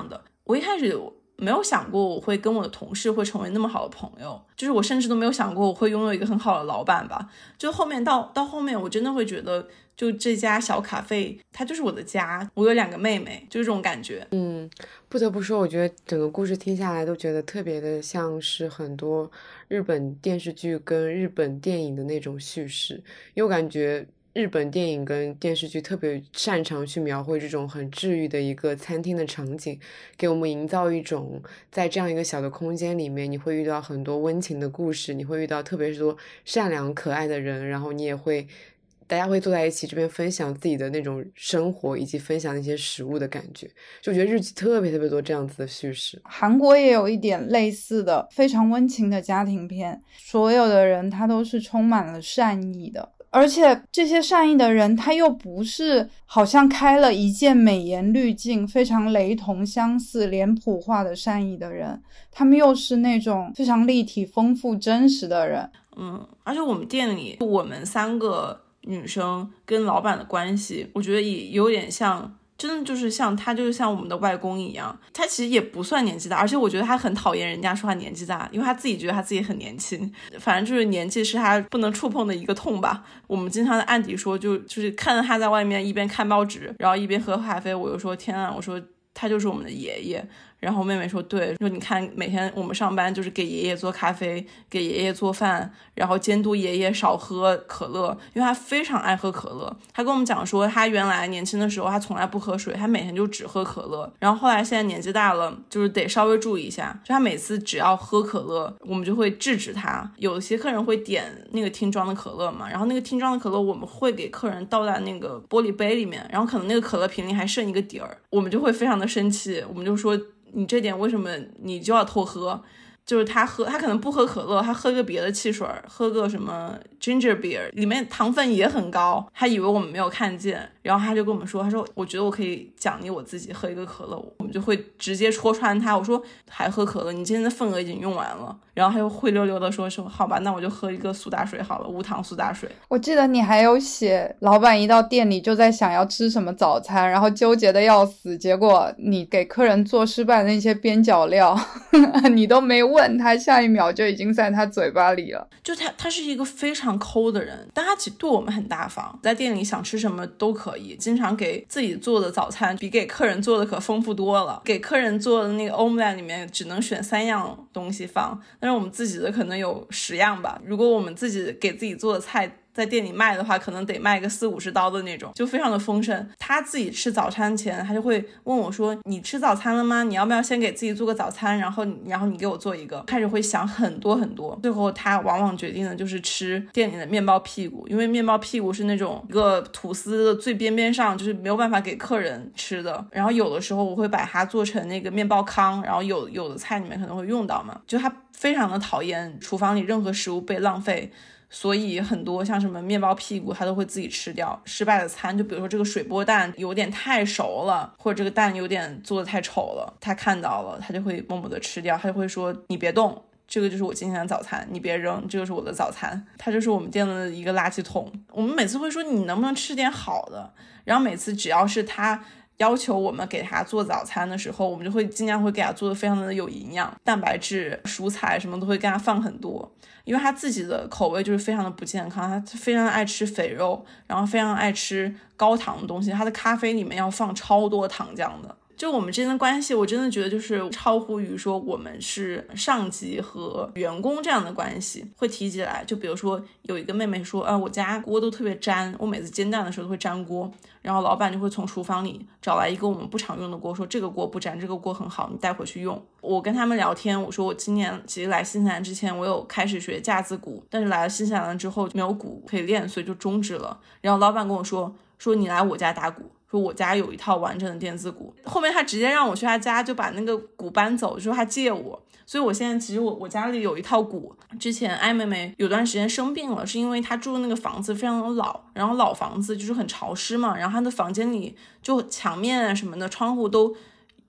我一开始没有想过我会跟我的同事会成为那么好的朋友，就是我甚至都没有想过我会拥有一个很好的老板吧。就后面到到后面我真的会觉得就这家小咖啡它就是我的家，我有两个妹妹，就是这种感觉。 嗯，不得不说我觉得整个故事听下来都觉得特别的像是很多日本电视剧跟日本电影的那种叙事，因为我感觉日本电影跟电视剧特别擅长去描绘这种很治愈的一个餐厅的场景，给我们营造一种在这样一个小的空间里面你会遇到很多温情的故事，你会遇到特别多善良可爱的人，然后你也会大家会坐在一起这边分享自己的那种生活以及分享那些食物的感觉，就觉得日剧特别特别多这样子的叙事。 韩国也有一点类似的非常温情的家庭片，所有的人他都是充满了善意的，而且这些善意的人他又不是好像开了一件美颜滤镜非常雷同相似脸谱化的善意的人，他们又是那种非常立体丰富真实的人。 嗯，而且我们店里我们三个女生跟老板的关系我觉得也有点像，真的就是像他就是像我们的外公一样，他其实也不算年纪大，而且我觉得他很讨厌人家说他年纪大，因为他自己觉得他自己很年轻，反正就是年纪是他不能触碰的一个痛吧。我们经常在暗底说就就是看着他在外面一边看报纸然后一边喝咖啡，我就说天啊，我说他就是我们的爷爷。然后妹妹说对，说你看每天我们上班就是给爷爷做咖啡，给爷爷做饭，然后监督爷爷少喝可乐，因为他非常爱喝可乐。他跟我们讲说他原来年轻的时候他从来不喝水，他每天就只喝可乐，然后后来现在年纪大了就是得稍微注意一下，就他每次只要喝可乐我们就会制止他。有些客人会点那个听装的可乐嘛，然后那个听装的可乐我们会给客人倒在那个玻璃杯里面，然后可能那个可乐瓶里还剩一个底儿，我们就会非常的生气，我们就说你这点为什么你就要偷喝。就是他喝他可能不喝可乐，他喝个别的汽水，喝个什么 ginger beer 里面糖分也很高，他以为我们没有看见，然后他就跟我们说，他说我觉得我可以奖励我自己喝一个可乐，我们就会直接戳穿他，我说还喝可乐，你今天的份额已经用完了，然后他就灰溜溜的说说好吧，那我就喝一个苏打水好了，无糖苏打水。 我记得你还有写老板一到店里就在想要吃什么早餐，然后纠结的要死，结果你给客人做失败的那些边角料你都没问他，下一秒就已经在他嘴巴里了。 就他他是一个非常抠的人，但他其实对我们很大方，在店里想吃什么都可以，经常给自己做的早餐比给客人做的可丰富多了。给客人做的那个 omelette 里面只能选三样东西放，但是我们自己的可能有十样吧。如果我们自己给自己做的菜在店里卖的话，可能得卖个四五十刀的那种，就非常的丰盛。他自己吃早餐前他就会问我说你吃早餐了吗？你要不要先给自己做个早餐，然后然后你给我做一个。开始会想很多很多，最后他往往决定的就是吃店里的面包屁股，因为面包屁股是那种一个吐司的最边边上，就是没有办法给客人吃的。然后有的时候我会把它做成那个面包糠，然后有有的菜里面可能会用到嘛，就他非常的讨厌厨房里任何食物被浪费，所以很多像什么面包屁股他都会自己吃掉。失败的餐就比如说这个水波蛋有点太熟了，或者这个蛋有点做的太丑了，他看到了他就会默默的吃掉，他就会说你别动，这个就是我今天的早餐，你别扔，这个是我的早餐。他就是我们店的一个垃圾桶。我们每次会说你能不能吃点好的，然后每次只要是他要求我们给他做早餐的时候，我们就会尽量会给他做的非常的有营养，蛋白质蔬菜什么都会给他放很多，因为他自己的口味就是非常的不健康，他非常爱吃肥肉，然后非常爱吃高糖的东西，他的咖啡里面要放超多糖浆的。就我们之间的关系我真的觉得就是超乎于说我们是上级和员工这样的关系，会提起来。就比如说有一个妹妹说呃，我家锅都特别粘，我每次煎蛋的时候都会粘锅，然后老板就会从厨房里找来一个我们不常用的锅，说这个锅不粘，这个锅很好，你带回去用。我跟他们聊天，我说我今年其实来新西兰之前我有开始学架子鼓，但是来了新西兰之后没有鼓可以练，所以就终止了。然后老板跟我说说你来我家打鼓，说我家有一套完整的电子鼓。后面他直接让我去他家就把那个鼓搬走，就说他借我，所以我现在其实我我家里有一套鼓。之前艾妹妹有段时间生病了，是因为她住的那个房子非常的老，然后老房子就是很潮湿嘛，然后她的房间里就墙面啊什么的窗户都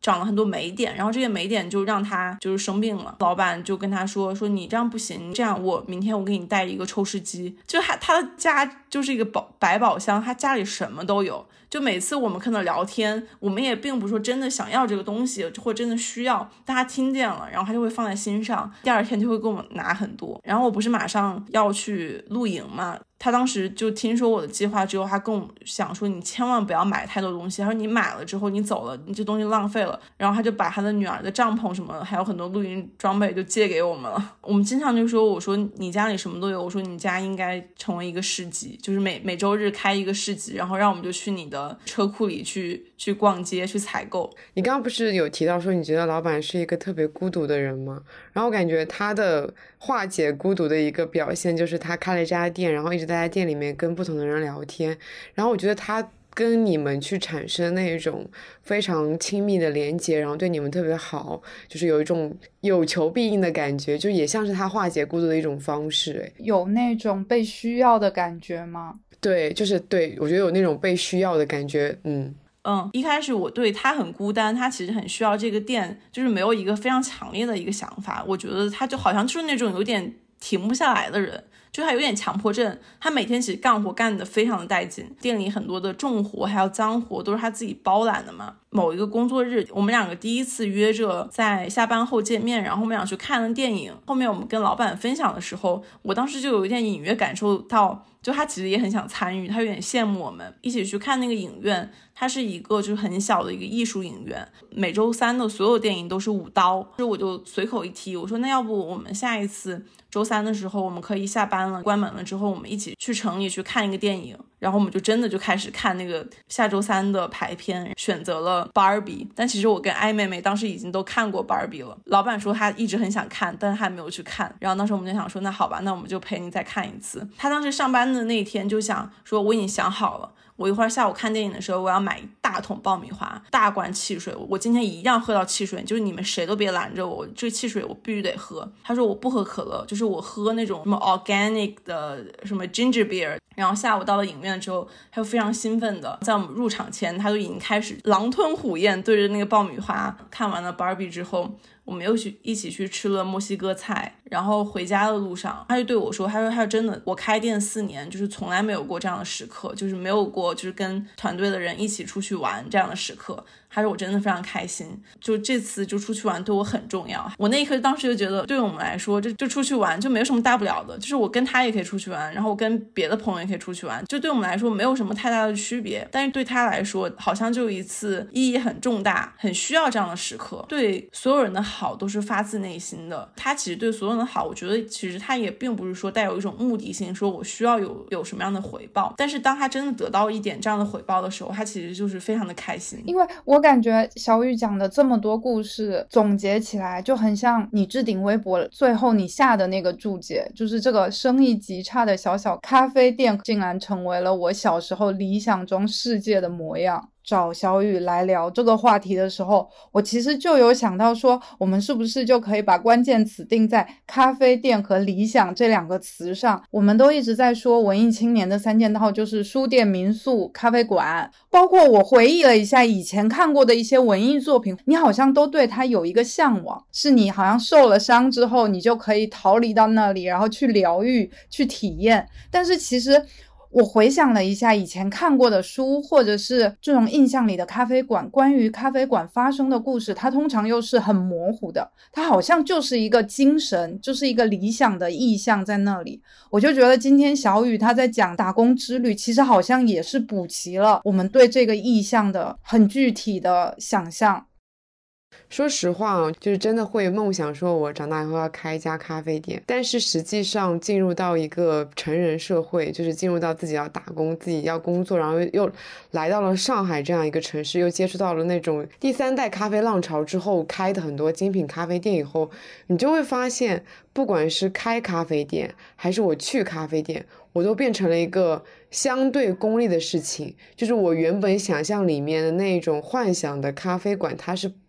长了很多霉点，然后这些霉点就让他就是生病了。老板就跟他说说你这样不行，这样我明天我给你带一个抽湿机。就他他的家就是一个宝百宝箱，他家里什么都有。就每次我们可能聊天，我们也并不是说真的想要这个东西或真的需要，但他听见了，然后他就会放在心上，第二天就会给我们拿很多。然后我不是马上要去露营嘛，他当时就听说我的计划之后，他跟我想说你千万不要买太多东西，他说你买了之后你走了，你这东西浪费了。然后他就把他的女儿的帐篷什么还有很多露营装备就借给我们了。我们经常就说，我说你家里什么都有，我说你家应该成为一个市集，就是每每周日开一个市集，然后让我们就去你的车库里去去逛街去采购。 你刚刚不是有提到说你觉得老板是一个特别孤独的人吗？然后我感觉他的化解孤独的一个表现就是他开了一家店，然后一直待在店里面跟不同的人聊天。然后我觉得他跟你们去产生那种非常亲密的连接，然后对你们特别好，就是有一种有求必应的感觉，就也像是他化解孤独的一种方式。 有那种被需要的感觉吗？ 对，就是对，我觉得有那种被需要的感觉。嗯嗯，一开始我对他很孤单，他其实很需要这个店，就是没有一个非常强烈的一个想法。我觉得他就好像就是那种有点停不下来的人，就他有点强迫症，他每天其实干活干得非常的带劲，店里很多的重活还有脏活都是他自己包揽的嘛。某一个工作日，我们两个第一次约着在下班后见面，然后我们俩去看了电影。后面我们跟老板分享的时候，我当时就有一点隐约感受到，就他其实也很想参与，他有点羡慕我们一起去看那个影院。它是一个就是很小的一个艺术影院，每周三的所有电影都是五刀。我就随口一提，我说那要不我们下一次周三的时候，我们可以下班了关门了之后，我们一起去城里去看一个电影。然后我们就真的就开始看那个下周三的排片，选择了 Barbie。 但其实我跟艾妹妹当时已经都看过 Barbie 了，老板说他一直很想看，但是还没有去看。然后当时我们就想说那好吧，那我们就陪你再看一次。他当时上班的那一天就想说我已经想好了，我一会儿下午看电影的时候，我要买一大桶爆米花，大罐汽水，我今天一定要喝到汽水，就是你们谁都别拦着我，这汽水我必须得喝。他说我不喝可乐，就是我喝那种什么 organic 的什么 ginger beer。然后下午到了影院之后，他就非常兴奋的在我们入场前，他就已经开始狼吞虎咽对着那个爆米花。看完了 Barbie 之后，我们又去一起去吃了墨西哥菜。然后回家的路上，他就对我说，他说他说真的，我开店四年就是从来没有过这样的时刻，就是没有过就是跟团队的人一起出去玩这样的时刻。他说我真的非常开心，就这次就出去玩对我很重要。我那一刻当时就觉得对我们来说，这就出去玩就没有什么大不了的，就是我跟他也可以出去玩，然后我跟别的朋友也可以出去玩，就对我们来说没有什么太大的区别。但是对他来说好像就有一次意义很重大，很需要这样的时刻，对所有人的好都是发自内心的。他其实对所有人的好，我觉得其实他也并不是说带有一种目的性，说我需要有有什么样的回报。但是当他真的得到一点这样的回报的时候，他其实就是非常的开心。 因为我感觉小雨讲的这么多故事总结起来就很像你置顶微博最后你下的那个注解，就是这个生意极差的小小咖啡店竟然成为了我小时候理想中世界的模样。找小雨来聊这个话题的时候，我其实就有想到说，我们是不是就可以把关键词定在咖啡店和理想这两个词上。我们都一直在说文艺青年的三件套，就是书店、民宿、咖啡馆。包括我回忆了一下以前看过的一些文艺作品，你好像都对它有一个向往，是你好像受了伤之后你就可以逃离到那里，然后去疗愈去体验。但是其实我回想了一下以前看过的书，或者是这种印象里的咖啡馆，关于咖啡馆发生的故事，它通常又是很模糊的，它好像就是一个精神，就是一个理想的意象在那里。我就觉得今天小雨他在讲打工之旅，其实好像也是补齐了我们对这个意象的很具体的想象。 说实话，就是真的会梦想说我长大以后要开一家咖啡店，但是实际上进入到一个成人社会，就是进入到自己要打工自己要工作，然后又来到了上海这样一个城市，又接触到了那种第三代咖啡浪潮之后开的很多精品咖啡店以后，你就会发现不管是开咖啡店还是我去咖啡店，我都变成了一个相对功利的事情。就是我原本想象里面的那种幻想的咖啡馆，它是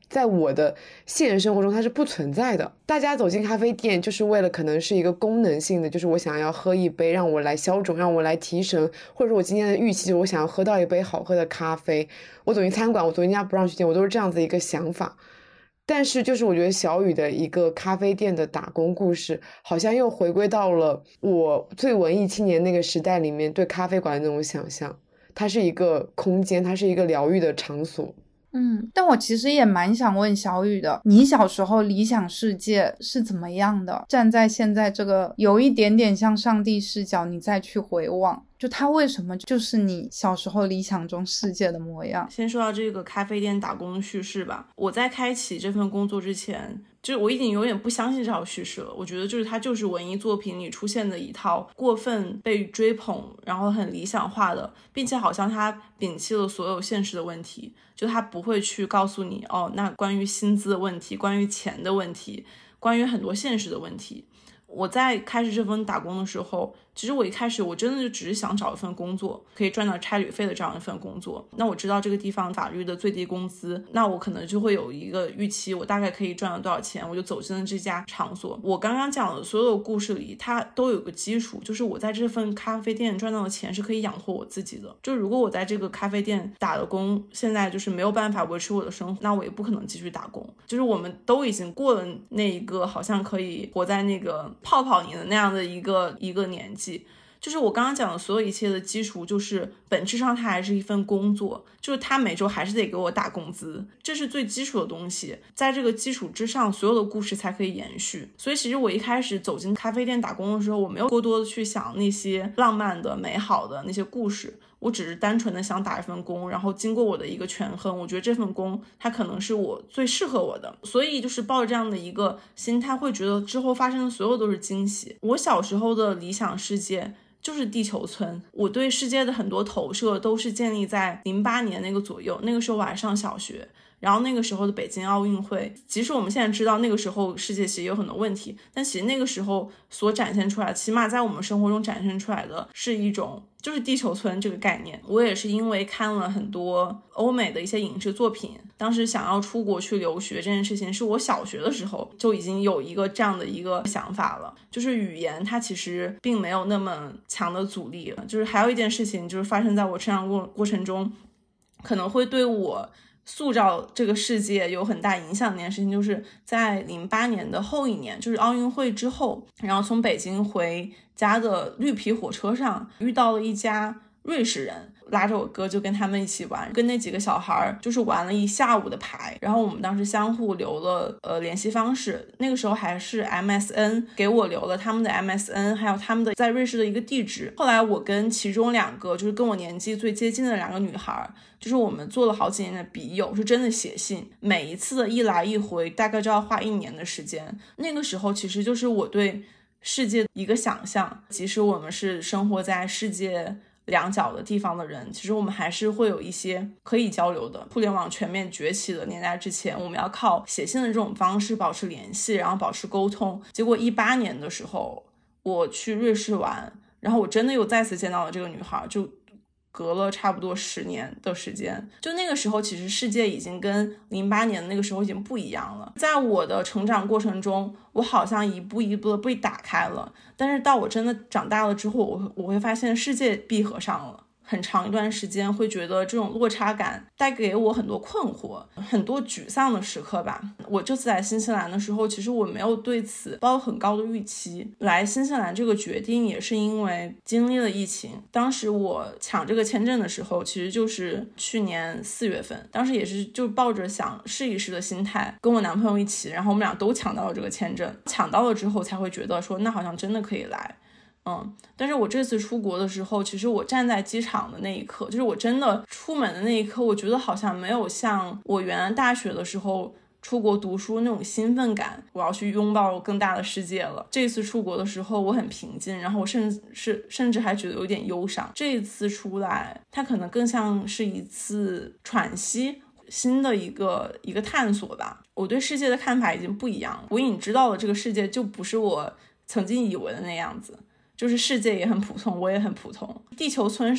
在我的现实生活中它是不存在的。大家走进咖啡店就是为了可能是一个功能性的，就是我想要喝一杯让我来消肿，让我来提神，或者说我今天的预期就是我想要喝到一杯好喝的咖啡。我走进餐馆，我走进一家 brunch 店，我都是这样子一个想法。但是就是我觉得小雨的一个咖啡店的打工故事好像又回归到了我最文艺青年那个时代里面对咖啡馆的那种想象，它是一个空间，它是一个疗愈的场所。 嗯，但我其实也蛮想问小雨的，你小时候理想世界是怎么样的？站在现在这个有一点点像上帝视角，你再去回望，就它为什么就是你小时候理想中世界的模样？ 先说到这个咖啡店打工的叙事吧。我在开启这份工作之前，就是我已经有点不相信这套叙事了。我觉得就是它就是文艺作品里出现的一套过分被追捧，然后很理想化的，并且好像它摒弃了所有现实的问题。就它不会去告诉你，哦，那关于薪资的问题，关于钱的问题，关于很多现实的问题。我在开始这份打工的时候，其实我一开始我真的就只是想找一份工作可以赚到差旅费的这样一份工作。那我知道这个地方法律的最低工资，那我可能就会有一个预期，我大概可以赚到多少钱，我就走进了这家场所。我刚刚讲的所有的故事里，它都有个基础，就是我在这份咖啡店赚到的钱是可以养活我自己的。就如果我在这个咖啡店打的工现在就是没有办法维持我的生活，那我也不可能继续打工。就是我们都已经过了那一个好像可以活在那个泡泡里的那样的一个一个年纪。就是我刚刚讲的所有一切的基础，就是本质上它还是一份工作，就是他每周还是得给我打工资，这是最基础的东西。在这个基础之上，所有的故事才可以延续。所以其实我一开始走进咖啡店打工的时候，我没有过多的去想那些浪漫的美好的那些故事，我只是单纯的想打一份工，然后经过我的一个权衡，我觉得这份工它可能是我最适合我的，所以就是抱着这样的一个心态，会觉得之后发生的所有都是惊喜。我小时候的理想世界就是地球村，我对世界的很多投射都是建立在零八年那个左右，那个时候我还上小学，然后那个时候的北京奥运会，即使我们现在知道那个时候世界其实有很多问题，但其实那个时候所展现出来，起码在我们生活中展现出来的是一种就是地球村这个概念。我也是因为看了很多欧美的一些影视作品，当时想要出国去留学这件事情是我小学的时候就已经有一个这样的一个想法了，就是语言它其实并没有那么强的阻力了。就是还有一件事情就是发生在我成长过过程中，可能会对我塑造这个世界有很大影响的一件事情，就是在零八年的后一年，就是奥运会之后，然后从北京回家的绿皮火车上遇到了一家瑞士人，拉着我哥就跟他们一起玩，跟那几个小孩就是玩了一下午的牌，然后我们当时相互留了呃联系方式，那个时候还是 M S N， 给我留了他们的 M S N， 还有他们的在瑞士的一个地址。后来我跟其中两个就是跟我年纪最接近的两个女孩，就是我们做了好几年的笔友，是真的写信，每一次的一来一回大概就要花一年的时间。那个时候其实就是我对世界一个想象，即使我们是生活在世界两角的地方的人，其实我们还是会有一些可以交流的。互联网全面崛起的年代之前，我们要靠写信的这种方式保持联系，然后保持沟通。结果一八年的时候我去瑞士玩，然后我真的又再次见到了这个女孩，就隔了差不多十年的时间。就那个时候其实世界已经跟零八年的那个时候已经不一样了。在我的成长过程中，我好像一步一步的被打开了，但是到我真的长大了之后，我我会发现世界闭合上了。很长一段时间会觉得这种落差感带给我很多困惑，很多沮丧的时刻吧。我这次来新西兰的时候，其实我没有对此抱很高的预期。来新西兰这个决定也是因为经历了疫情，当时我抢这个签证的时候其实就是去年四月份，当时也是就抱着想试一试的心态跟我男朋友一起，然后我们俩都抢到了这个签证，抢到了之后才会觉得说那好像真的可以来。嗯，但是我这次出国的时候，其实我站在机场的那一刻，就是我真的出门的那一刻，我觉得好像没有像我原来大学的时候出国读书那种兴奋感，我要去拥抱更大的世界了。这次出国的时候我很平静，然后我甚至是甚至还觉得有点忧伤。这一次出来，它可能更像是一次喘息，新的一个一个探索吧。我对世界的看法已经不一样了，我已经知道了这个世界就不是我曾经以为的那样子，就是世界也很普通，我也很普通。地球村是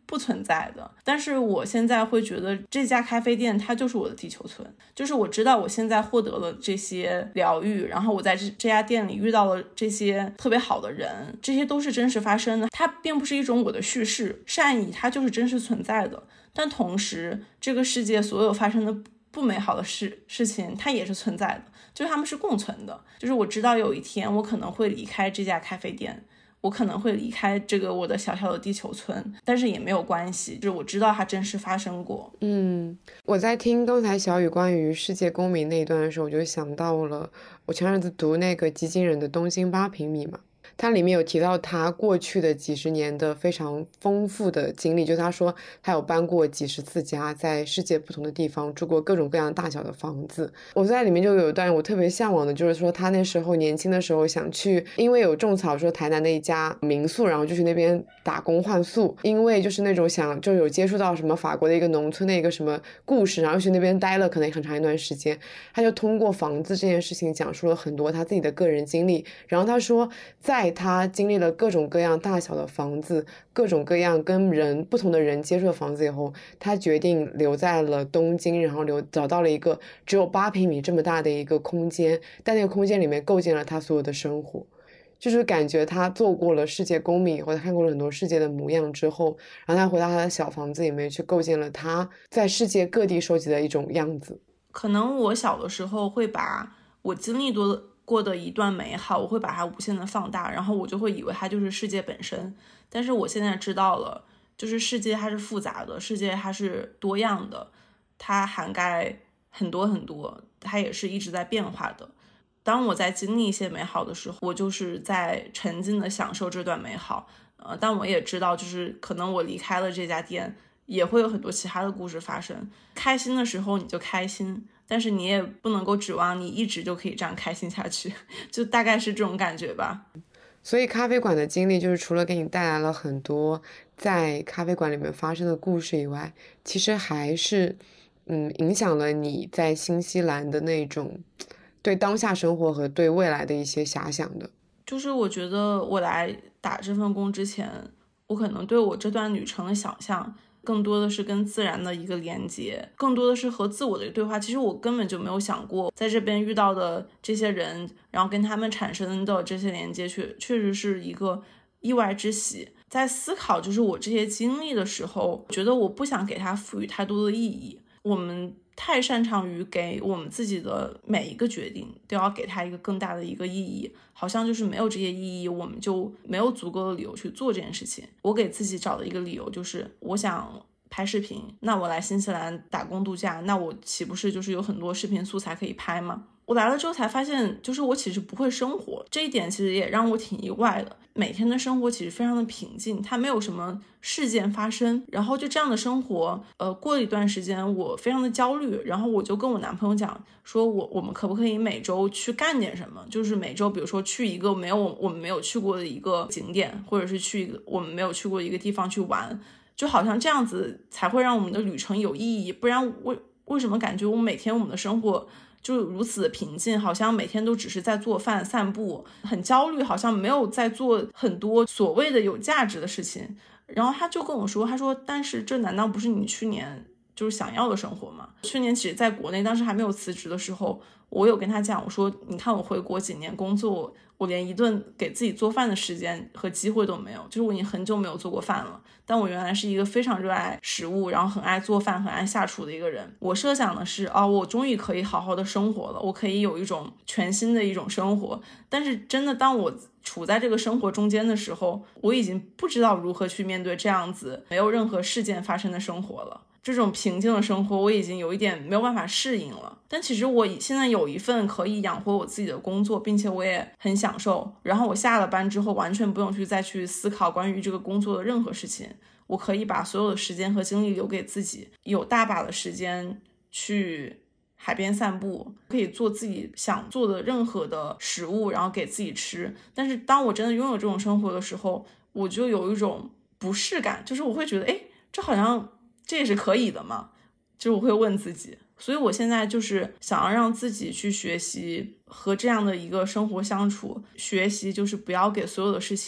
不存在的。但是我现在会觉得这家咖啡店它就是我的地球村，就是我知道我现在获得了这些疗愈，然后我在这这家店里遇到了这些特别好的人，这些都是真实发生的，它并不是一种我的叙事，善意它就是真实存在的。但同时这个世界所有发生的不美好的事事情它也是存在的，就是他们是共存的。就是我知道有一天我可能会离开这家咖啡店，我可能会离开这个我的小小的地球村，但是也没有关系，就是我知道它真实发生过。 嗯，我在听刚才小雨关于世界公民那一段的时候，我就想到了我前阵子读那个吉井忍的《东京八平米》嘛，它里面有提到他过去的几十年的非常丰富的经历，就他说他有搬过几十次家，在世界不同的地方住过各种各样大小的房子。我在里面就有一段我特别向往的，就是说他那时候年轻的时候想去，因为有种草说台南的一家民宿，然后就去那边打工换宿，因为就是那种想就有接触到什么法国的一个农村的一个什么故事，然后去那边待了可能很长一段时间，他就通过房子这件事情讲述了很多他自己的个人经历。然后他说在他经历了各种各样大小的房子，各种各样跟人不同的人接触的房子以后，他决定留在了东京，然后留找到了一个只有八平米这么大的一个空间，在那个空间里面构建了他所有的生活。就是感觉他做过了世界公民以后，他看过了很多世界的模样之后，然后他回到他的小房子里面去构建了他在世界各地收集的一种样子。 可能我小的时候会把我经历多过的一段美好，我会把它无限的放大，然后我就会以为它就是世界本身。但是我现在知道了，就是世界它是复杂的，世界它是多样的，它涵盖很多很多，它也是一直在变化的。当我在经历一些美好的时候，我就是在沉浸的享受这段美好。呃，但我也知道，就是可能我离开了这家店，也会有很多其他的故事发生。开心的时候你就开心，但是你也不能够指望你一直就可以这样开心下去，就大概是这种感觉吧。 所以咖啡馆的经历就是除了给你带来了很多在咖啡馆里面发生的故事以外，其实还是嗯影响了你在新西兰的那种对当下生活和对未来的一些遐想的。 就是我觉得我来打这份工之前，我可能对我这段旅程的想象更多的是跟自然的一个连接，更多的是和自我的对话。其实我根本就没有想过在这边遇到的这些人，然后跟他们产生的这些连接，确确实是一个意外之喜。在思考就是我这些经历的时候，我觉得我不想给它赋予太多的意义。我们太擅长于给我们自己的每一个决定都要给它一个更大的一个意义，好像就是没有这些意义，我们就没有足够的理由去做这件事情。我给自己找的一个理由就是我想拍视频，那我来新西兰打工度假，那我岂不是就是有很多视频素材可以拍吗？我来了之后才发现，就是我其实不会生活，这一点其实也让我挺意外的。每天的生活其实非常的平静，它没有什么事件发生，然后就这样的生活，呃，过了一段时间，我非常的焦虑，然后我就跟我男朋友讲，说我我们可不可以每周去干点什么？就是每周，比如说去一个没有我们没有去过的一个景点，或者是去一个我们没有去过的一个地方去玩，就好像这样子才会让我们的旅程有意义。不然为为什么感觉我们每天我们的生活就如此的平静，好像每天都只是在做饭散步，很焦虑，好像没有在做很多所谓的有价值的事情。然后他就跟我说，他说但是这难道不是你去年就是想要的生活吗？去年其实在国内当时还没有辞职的时候，我有跟他讲，我说你看我回国几年工作，我连一顿给自己做饭的时间和机会都没有，就是我已经很久没有做过饭了。但我原来是一个非常热爱食物，然后很爱做饭很爱下厨的一个人。我设想的是哦，我终于可以好好的生活了，我可以有一种全新的一种生活。但是真的当我处在这个生活中间的时候，我已经不知道如何去面对这样子没有任何事件发生的生活了。这种平静的生活我已经有一点没有办法适应了。但其实我现在有一份可以养活我自己的工作，并且我也很享受，然后我下了班之后完全不用去再去思考关于这个工作的任何事情，我可以把所有的时间和精力留给自己，有大把的时间去海边散步，可以做自己想做的任何的食物，然后给自己吃。但是当我真的拥有这种生活的时候，我就有一种不适感，就是我会觉得诶，这好像这也是可以的嘛，就是我会问自己。所以我现在就是想要让自己去学习和这样的一个生活相处，学习就是不要给所有的事情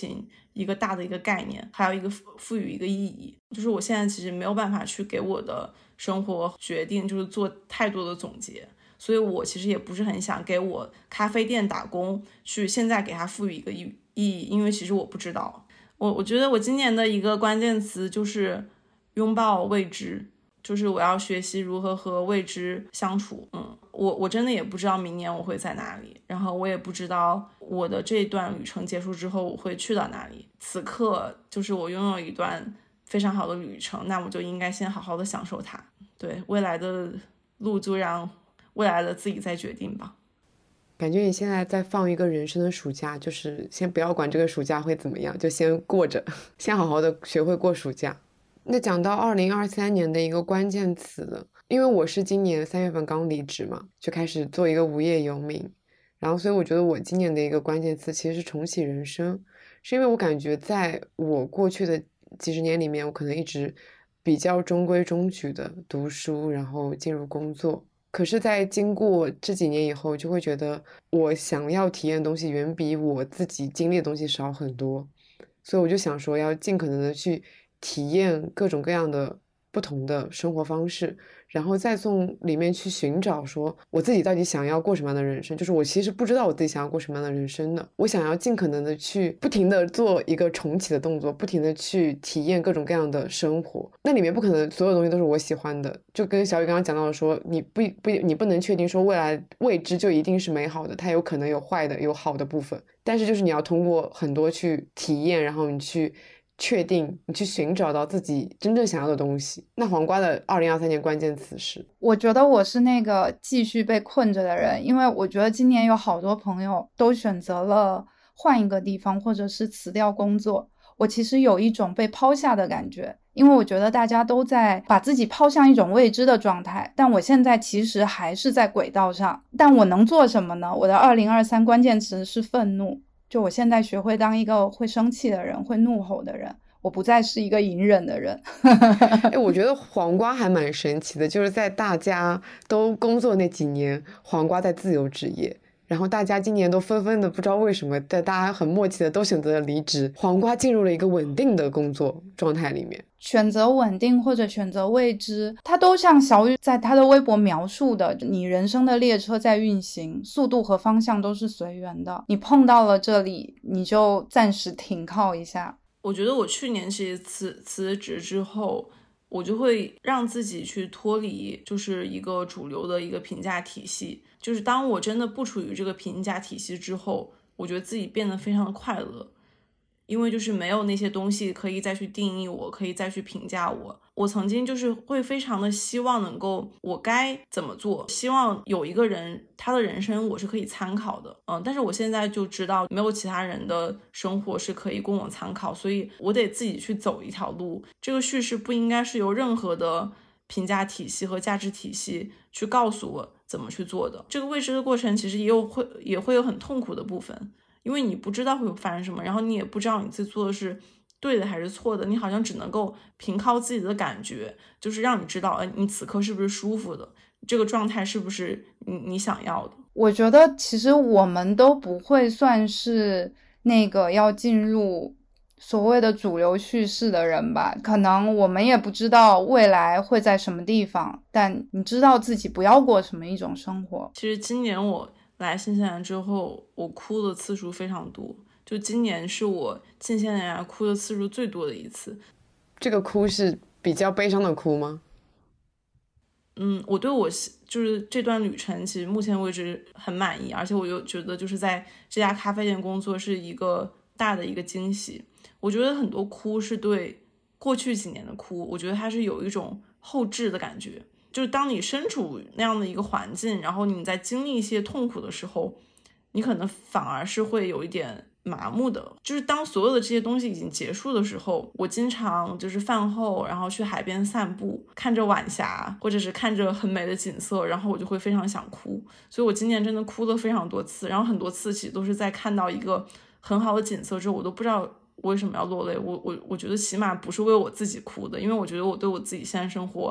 一个大的一个概念，还有一个赋予一个意义。就是我现在其实没有办法去给我的生活决定就是做太多的总结，所以我其实也不是很想给我咖啡店打工去现在给它赋予一个意义，因为其实我不知道。我我觉得我今年的一个关键词就是拥抱未知，就是我要学习如何和未知相处。嗯，我我真的也不知道明年我会在哪里，然后我也不知道我的这段旅程结束之后我会去到哪里。此刻就是我拥有一段非常好的旅程，那我就应该先好好的享受它。对，未来的路就让未来的自己再决定吧。 感觉你现在在放一个人生的暑假，就是先不要管这个暑假会怎么样，就先过着，先好好的学会过暑假。那讲到二零二三年的一个关键词了，因为我是今年三月份刚离职嘛，就开始做一个无业游民，然后所以我觉得我今年的一个关键词其实是重启人生，是因为我感觉在我过去的几十年里面，我可能一直比较中规中矩的读书，然后进入工作。可是在经过这几年以后，就会觉得我想要体验的东西远比我自己经历的东西少很多，所以我就想说要尽可能的去体验各种各样的不同的生活方式，然后再从里面去寻找说我自己到底想要过什么样的人生。就是我其实不知道我自己想要过什么样的人生的，我想要尽可能的去不停的做一个重启的动作，不停的去体验各种各样的生活。那里面不可能所有东西都是我喜欢的，就跟小雨刚刚讲到的说，你不不你不能确定说未来未知就一定是美好的，它有可能有坏的有好的部分，但是就是你要通过很多去体验，然后你去确定，你去寻找到自己真正想要的东西。那黄瓜的二零二三年关键词是， 我觉得我是那个继续被困着的人，因为我觉得今年有好多朋友都选择了换一个地方，或者是辞掉工作。我其实有一种被抛下的感觉，因为我觉得大家都在把自己抛向一种未知的状态，但我现在其实还是在轨道上。但我能做什么呢？我的二零二三关键词是愤怒，就我现在学会当一个会生气的人，会怒吼的人，我不再是一个隐忍的人。 哎，我觉得黄瓜还蛮神奇的，就是在大家都工作那几年，黄瓜在自由职业，然后大家今年都纷纷的不知道为什么，在大家很默契的都选择了离职，黄瓜进入了一个稳定的工作状态里面。 选择稳定或者选择未知，它都像小雨在他的微博描述的，你人生的列车在运行，速度和方向都是随缘的，你碰到了这里，你就暂时停靠一下。 我觉得我去年其实辞辞职之后，我就会让自己去脱离就是一个主流的一个评价体系，就是当我真的不处于这个评价体系之后，我觉得自己变得非常的快乐，因为就是没有那些东西可以再去定义我，可以再去评价我。我曾经就是会非常的希望能够我该怎么做，希望有一个人他的人生我是可以参考的。嗯，但是我现在就知道没有其他人的生活是可以供我参考，所以我得自己去走一条路。这个叙事不应该是由任何的评价体系和价值体系去告诉我怎么去做的。这个未知的过程其实也有会也会有很痛苦的部分，因为你不知道会发生什么，然后你也不知道你自己做的是对的还是错的，你好像只能够凭靠自己的感觉，就是让你知道，呃，你此刻是不是舒服的，这个状态是不是你你想要的。 我觉得其实我们都不会算是那个要进入所谓的主流叙事的人吧，可能我们也不知道未来会在什么地方，但你知道自己不要过什么一种生活。 其实今年我来新西兰之后，我哭的次数非常多，就今年是我近些年来哭的次数最多的一次。 这个哭是比较悲伤的哭吗？ 嗯，我对我就是这段旅程其实目前为止很满意，而且我又觉得就是在这家咖啡店工作是一个大的一个惊喜。我觉得很多哭是对过去几年的哭，我觉得它是有一种后置的感觉，就是当你身处那样的一个环境，然后你在经历一些痛苦的时候，你可能反而是会有一点麻木的。就是当所有的这些东西已经结束的时候，我经常就是饭后然后去海边散步，看着晚霞或者是看着很美的景色，然后我就会非常想哭。所以我今年真的哭了非常多次，然后很多次其实都是在看到一个很好的景色之后，我都不知道为什么要落泪。我我我觉得起码不是为我自己哭的，因为我觉得我对我自己现在生活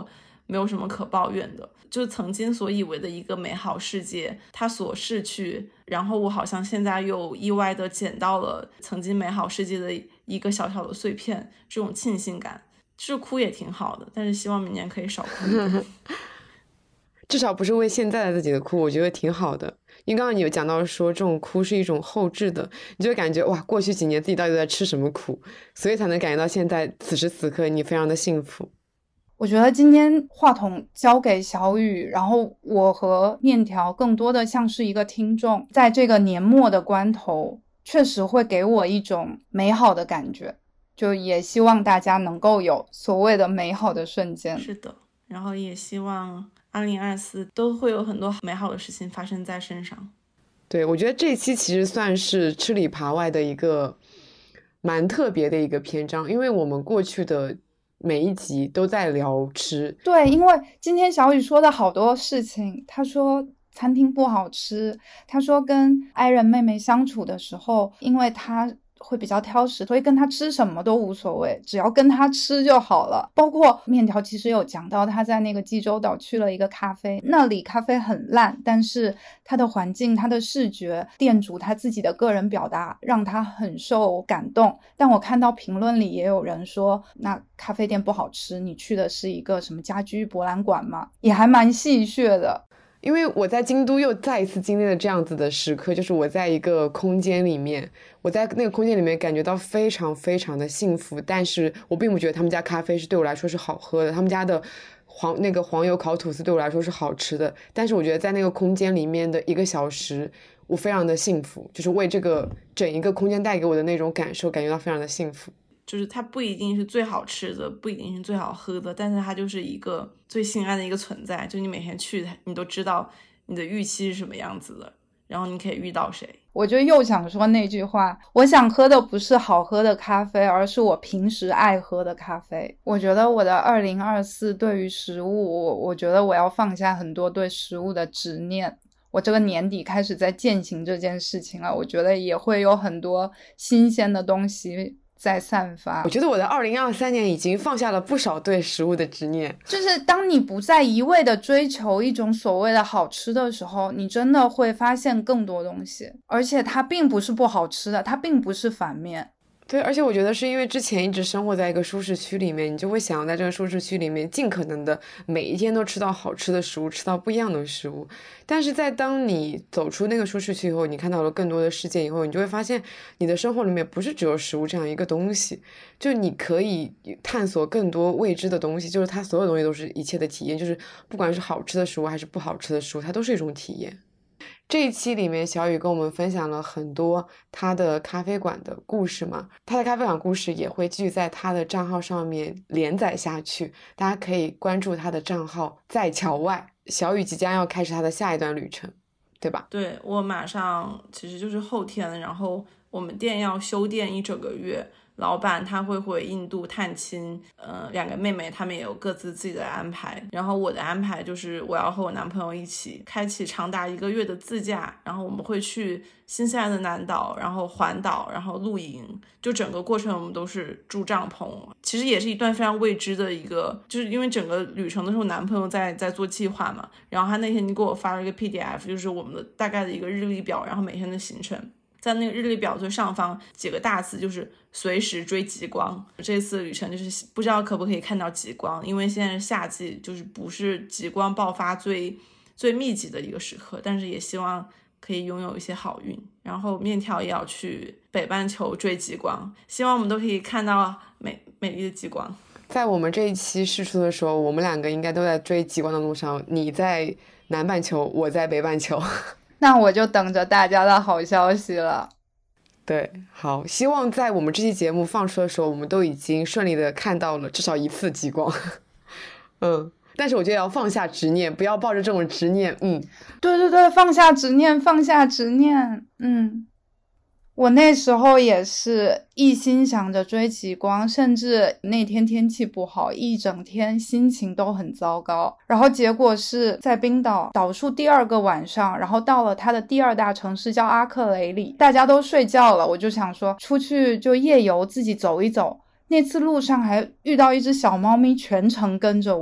没有什么可抱怨的。就曾经所以为的一个美好世界，它所逝去，然后我好像现在又意外的捡到了曾经美好世界的一个小小的碎片，这种庆幸感，就是哭也挺好的，但是希望明年可以少哭一点。 至少不是为现在的自己的哭，我觉得挺好的。因为刚刚你有讲到说这种哭是一种后置的，你就会感觉哇，过去几年自己到底在吃什么苦，所以才能感觉到现在此时此刻你非常的幸福。 我觉得今天话筒交给小雨，然后我和面条更多的像是一个听众，在这个年末的关头确实会给我一种美好的感觉，就也希望大家能够有所谓的美好的瞬间。 是的，然后也希望二零二四都会有很多美好的事情发生在身上。 对，我觉得这一期其实算是吃里扒外的一个蛮特别的一个篇章，因为我们过去的每一集都在聊吃。 对，因为今天小雨说的好多事情，他说餐厅不好吃，他说跟爱人妹妹相处的时候，因为他会比较挑食，所以跟他吃什么都无所谓，只要跟他吃就好了。包括面条其实有讲到他在那个济州岛去了一个咖啡，那里咖啡很烂，但是他的环境，他的视觉，店主他自己的个人表达让他很受感动。但我看到评论里也有人说，那咖啡店不好吃，你去的是一个什么家居博览馆吗？也还蛮戏谑的。 因为我在京都又再一次经历了这样子的时刻，就是我在一个空间里面，我在那个空间里面感觉到非常非常的幸福，但是我并不觉得他们家咖啡是对我来说是好喝的，他们家的黄那个黄油烤吐司对我来说是好吃的，但是我觉得在那个空间里面的一个小时，我非常的幸福，就是为这个整一个空间带给我的那种感受感觉到非常的幸福。 就是它不一定是最好吃的，不一定是最好喝的，但是它就是一个最心安的一个存在，就你每天去你都知道你的预期是什么样子的，然后你可以遇到谁。 我就又想说那句话，我想喝的不是好喝的咖啡，而是我平时爱喝的咖啡。我觉得我的二零二四对于食物，我我觉得我要放下很多对食物的执念，我这个年底开始在践行这件事情了，我觉得也会有很多新鲜的东西在散发。 我觉得我的二零二三年已经放下了不少对食物的执念， 就是当你不再一味的追求一种所谓的好吃的时候，你真的会发现更多东西，而且它并不是不好吃的，它并不是反面。 对，而且我觉得是因为之前一直生活在一个舒适区里面，你就会想要在这个舒适区里面尽可能的每一天都吃到好吃的食物，吃到不一样的食物。但是在当你走出那个舒适区以后，你看到了更多的世界以后，你就会发现你的生活里面不是只有食物这样一个东西，就你可以探索更多未知的东西，就是它所有东西都是一切的体验，就是不管是好吃的食物还是不好吃的食物，它都是一种体验。这一期里面小雨跟我们分享了很多他的咖啡馆的故事嘛，他的咖啡馆故事也会继续在他的账号上面连载下去，大家可以关注他的账号在桥外。小雨即将要开始他的下一段旅程，对吧？ 对，我马上其实就是后天，然后我们店要休店一整个月，老板他会回印度探亲，呃，两个妹妹她们也有各自自己的安排，然后我的安排就是我要和我男朋友一起开启长达一个月的自驾，然后我们会去新西兰的南岛，然后环岛，然后露营，就整个过程我们都是住帐篷，其实也是一段非常未知的一个，就是因为整个旅程都是我男朋友在在做计划嘛，然后他那天就给我发了一个 P D F， 就是我们的大概的一个日历表，然后每天的行程。在那个日历表最上方几个大字就是随时追极光，这次旅程就是不知道可不可以看到极光，因为现在是夏季，就是不是极光爆发最最密集的一个时刻，但是也希望可以拥有一些好运。然后面条也要去北半球追极光，希望我们都可以看到美美丽的极光。 在我们这一期试出的时候，我们两个应该都在追极光的路上，你在南半球，我在北半球。 那我就等着大家的好消息了。 对，好，希望在我们这期节目放出的时候，我们都已经顺利的看到了至少一次极光。嗯，但是我觉得要放下执念，不要抱着这种执念。嗯， 对对对，放下执念，放下执念。嗯，我那时候也是一心想着追极光，甚至那天天气不好，一整天心情都很糟糕。然后结果是在冰岛倒数第二个晚上，然后到了它的第二大城市叫阿克雷里，大家都睡觉了，我就想说出去就夜游，自己走一走。那次路上还遇到一只小猫咪，全程跟着我。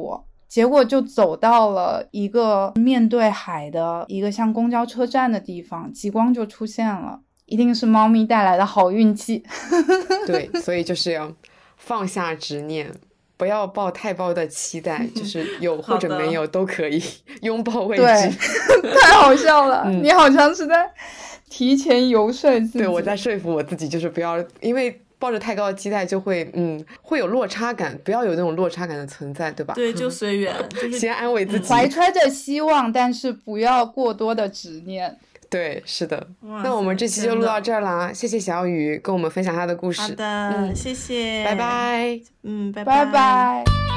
结果就走到了一个面对海的一个像公交车站的地方，极光就出现了，一定是猫咪带来的好运气。 对，所以就是要放下执念，不要抱太高的期待，就是有或者没有都可以，拥抱未知。 对，太好笑了、嗯、你好像是在提前游说自己。 对，我在说服我自己，就是不要因为抱着太高的期待就会嗯会有落差感，不要有那种落差感的存在，对吧？ 对，就随缘、就是、 先安慰自己， 怀揣着希望，但是不要过多的执念。 对，是的。那我们这期就录到这儿啦，谢谢小雨跟我们分享她的故事。 好的、嗯、谢谢， 拜拜。 嗯，拜拜拜。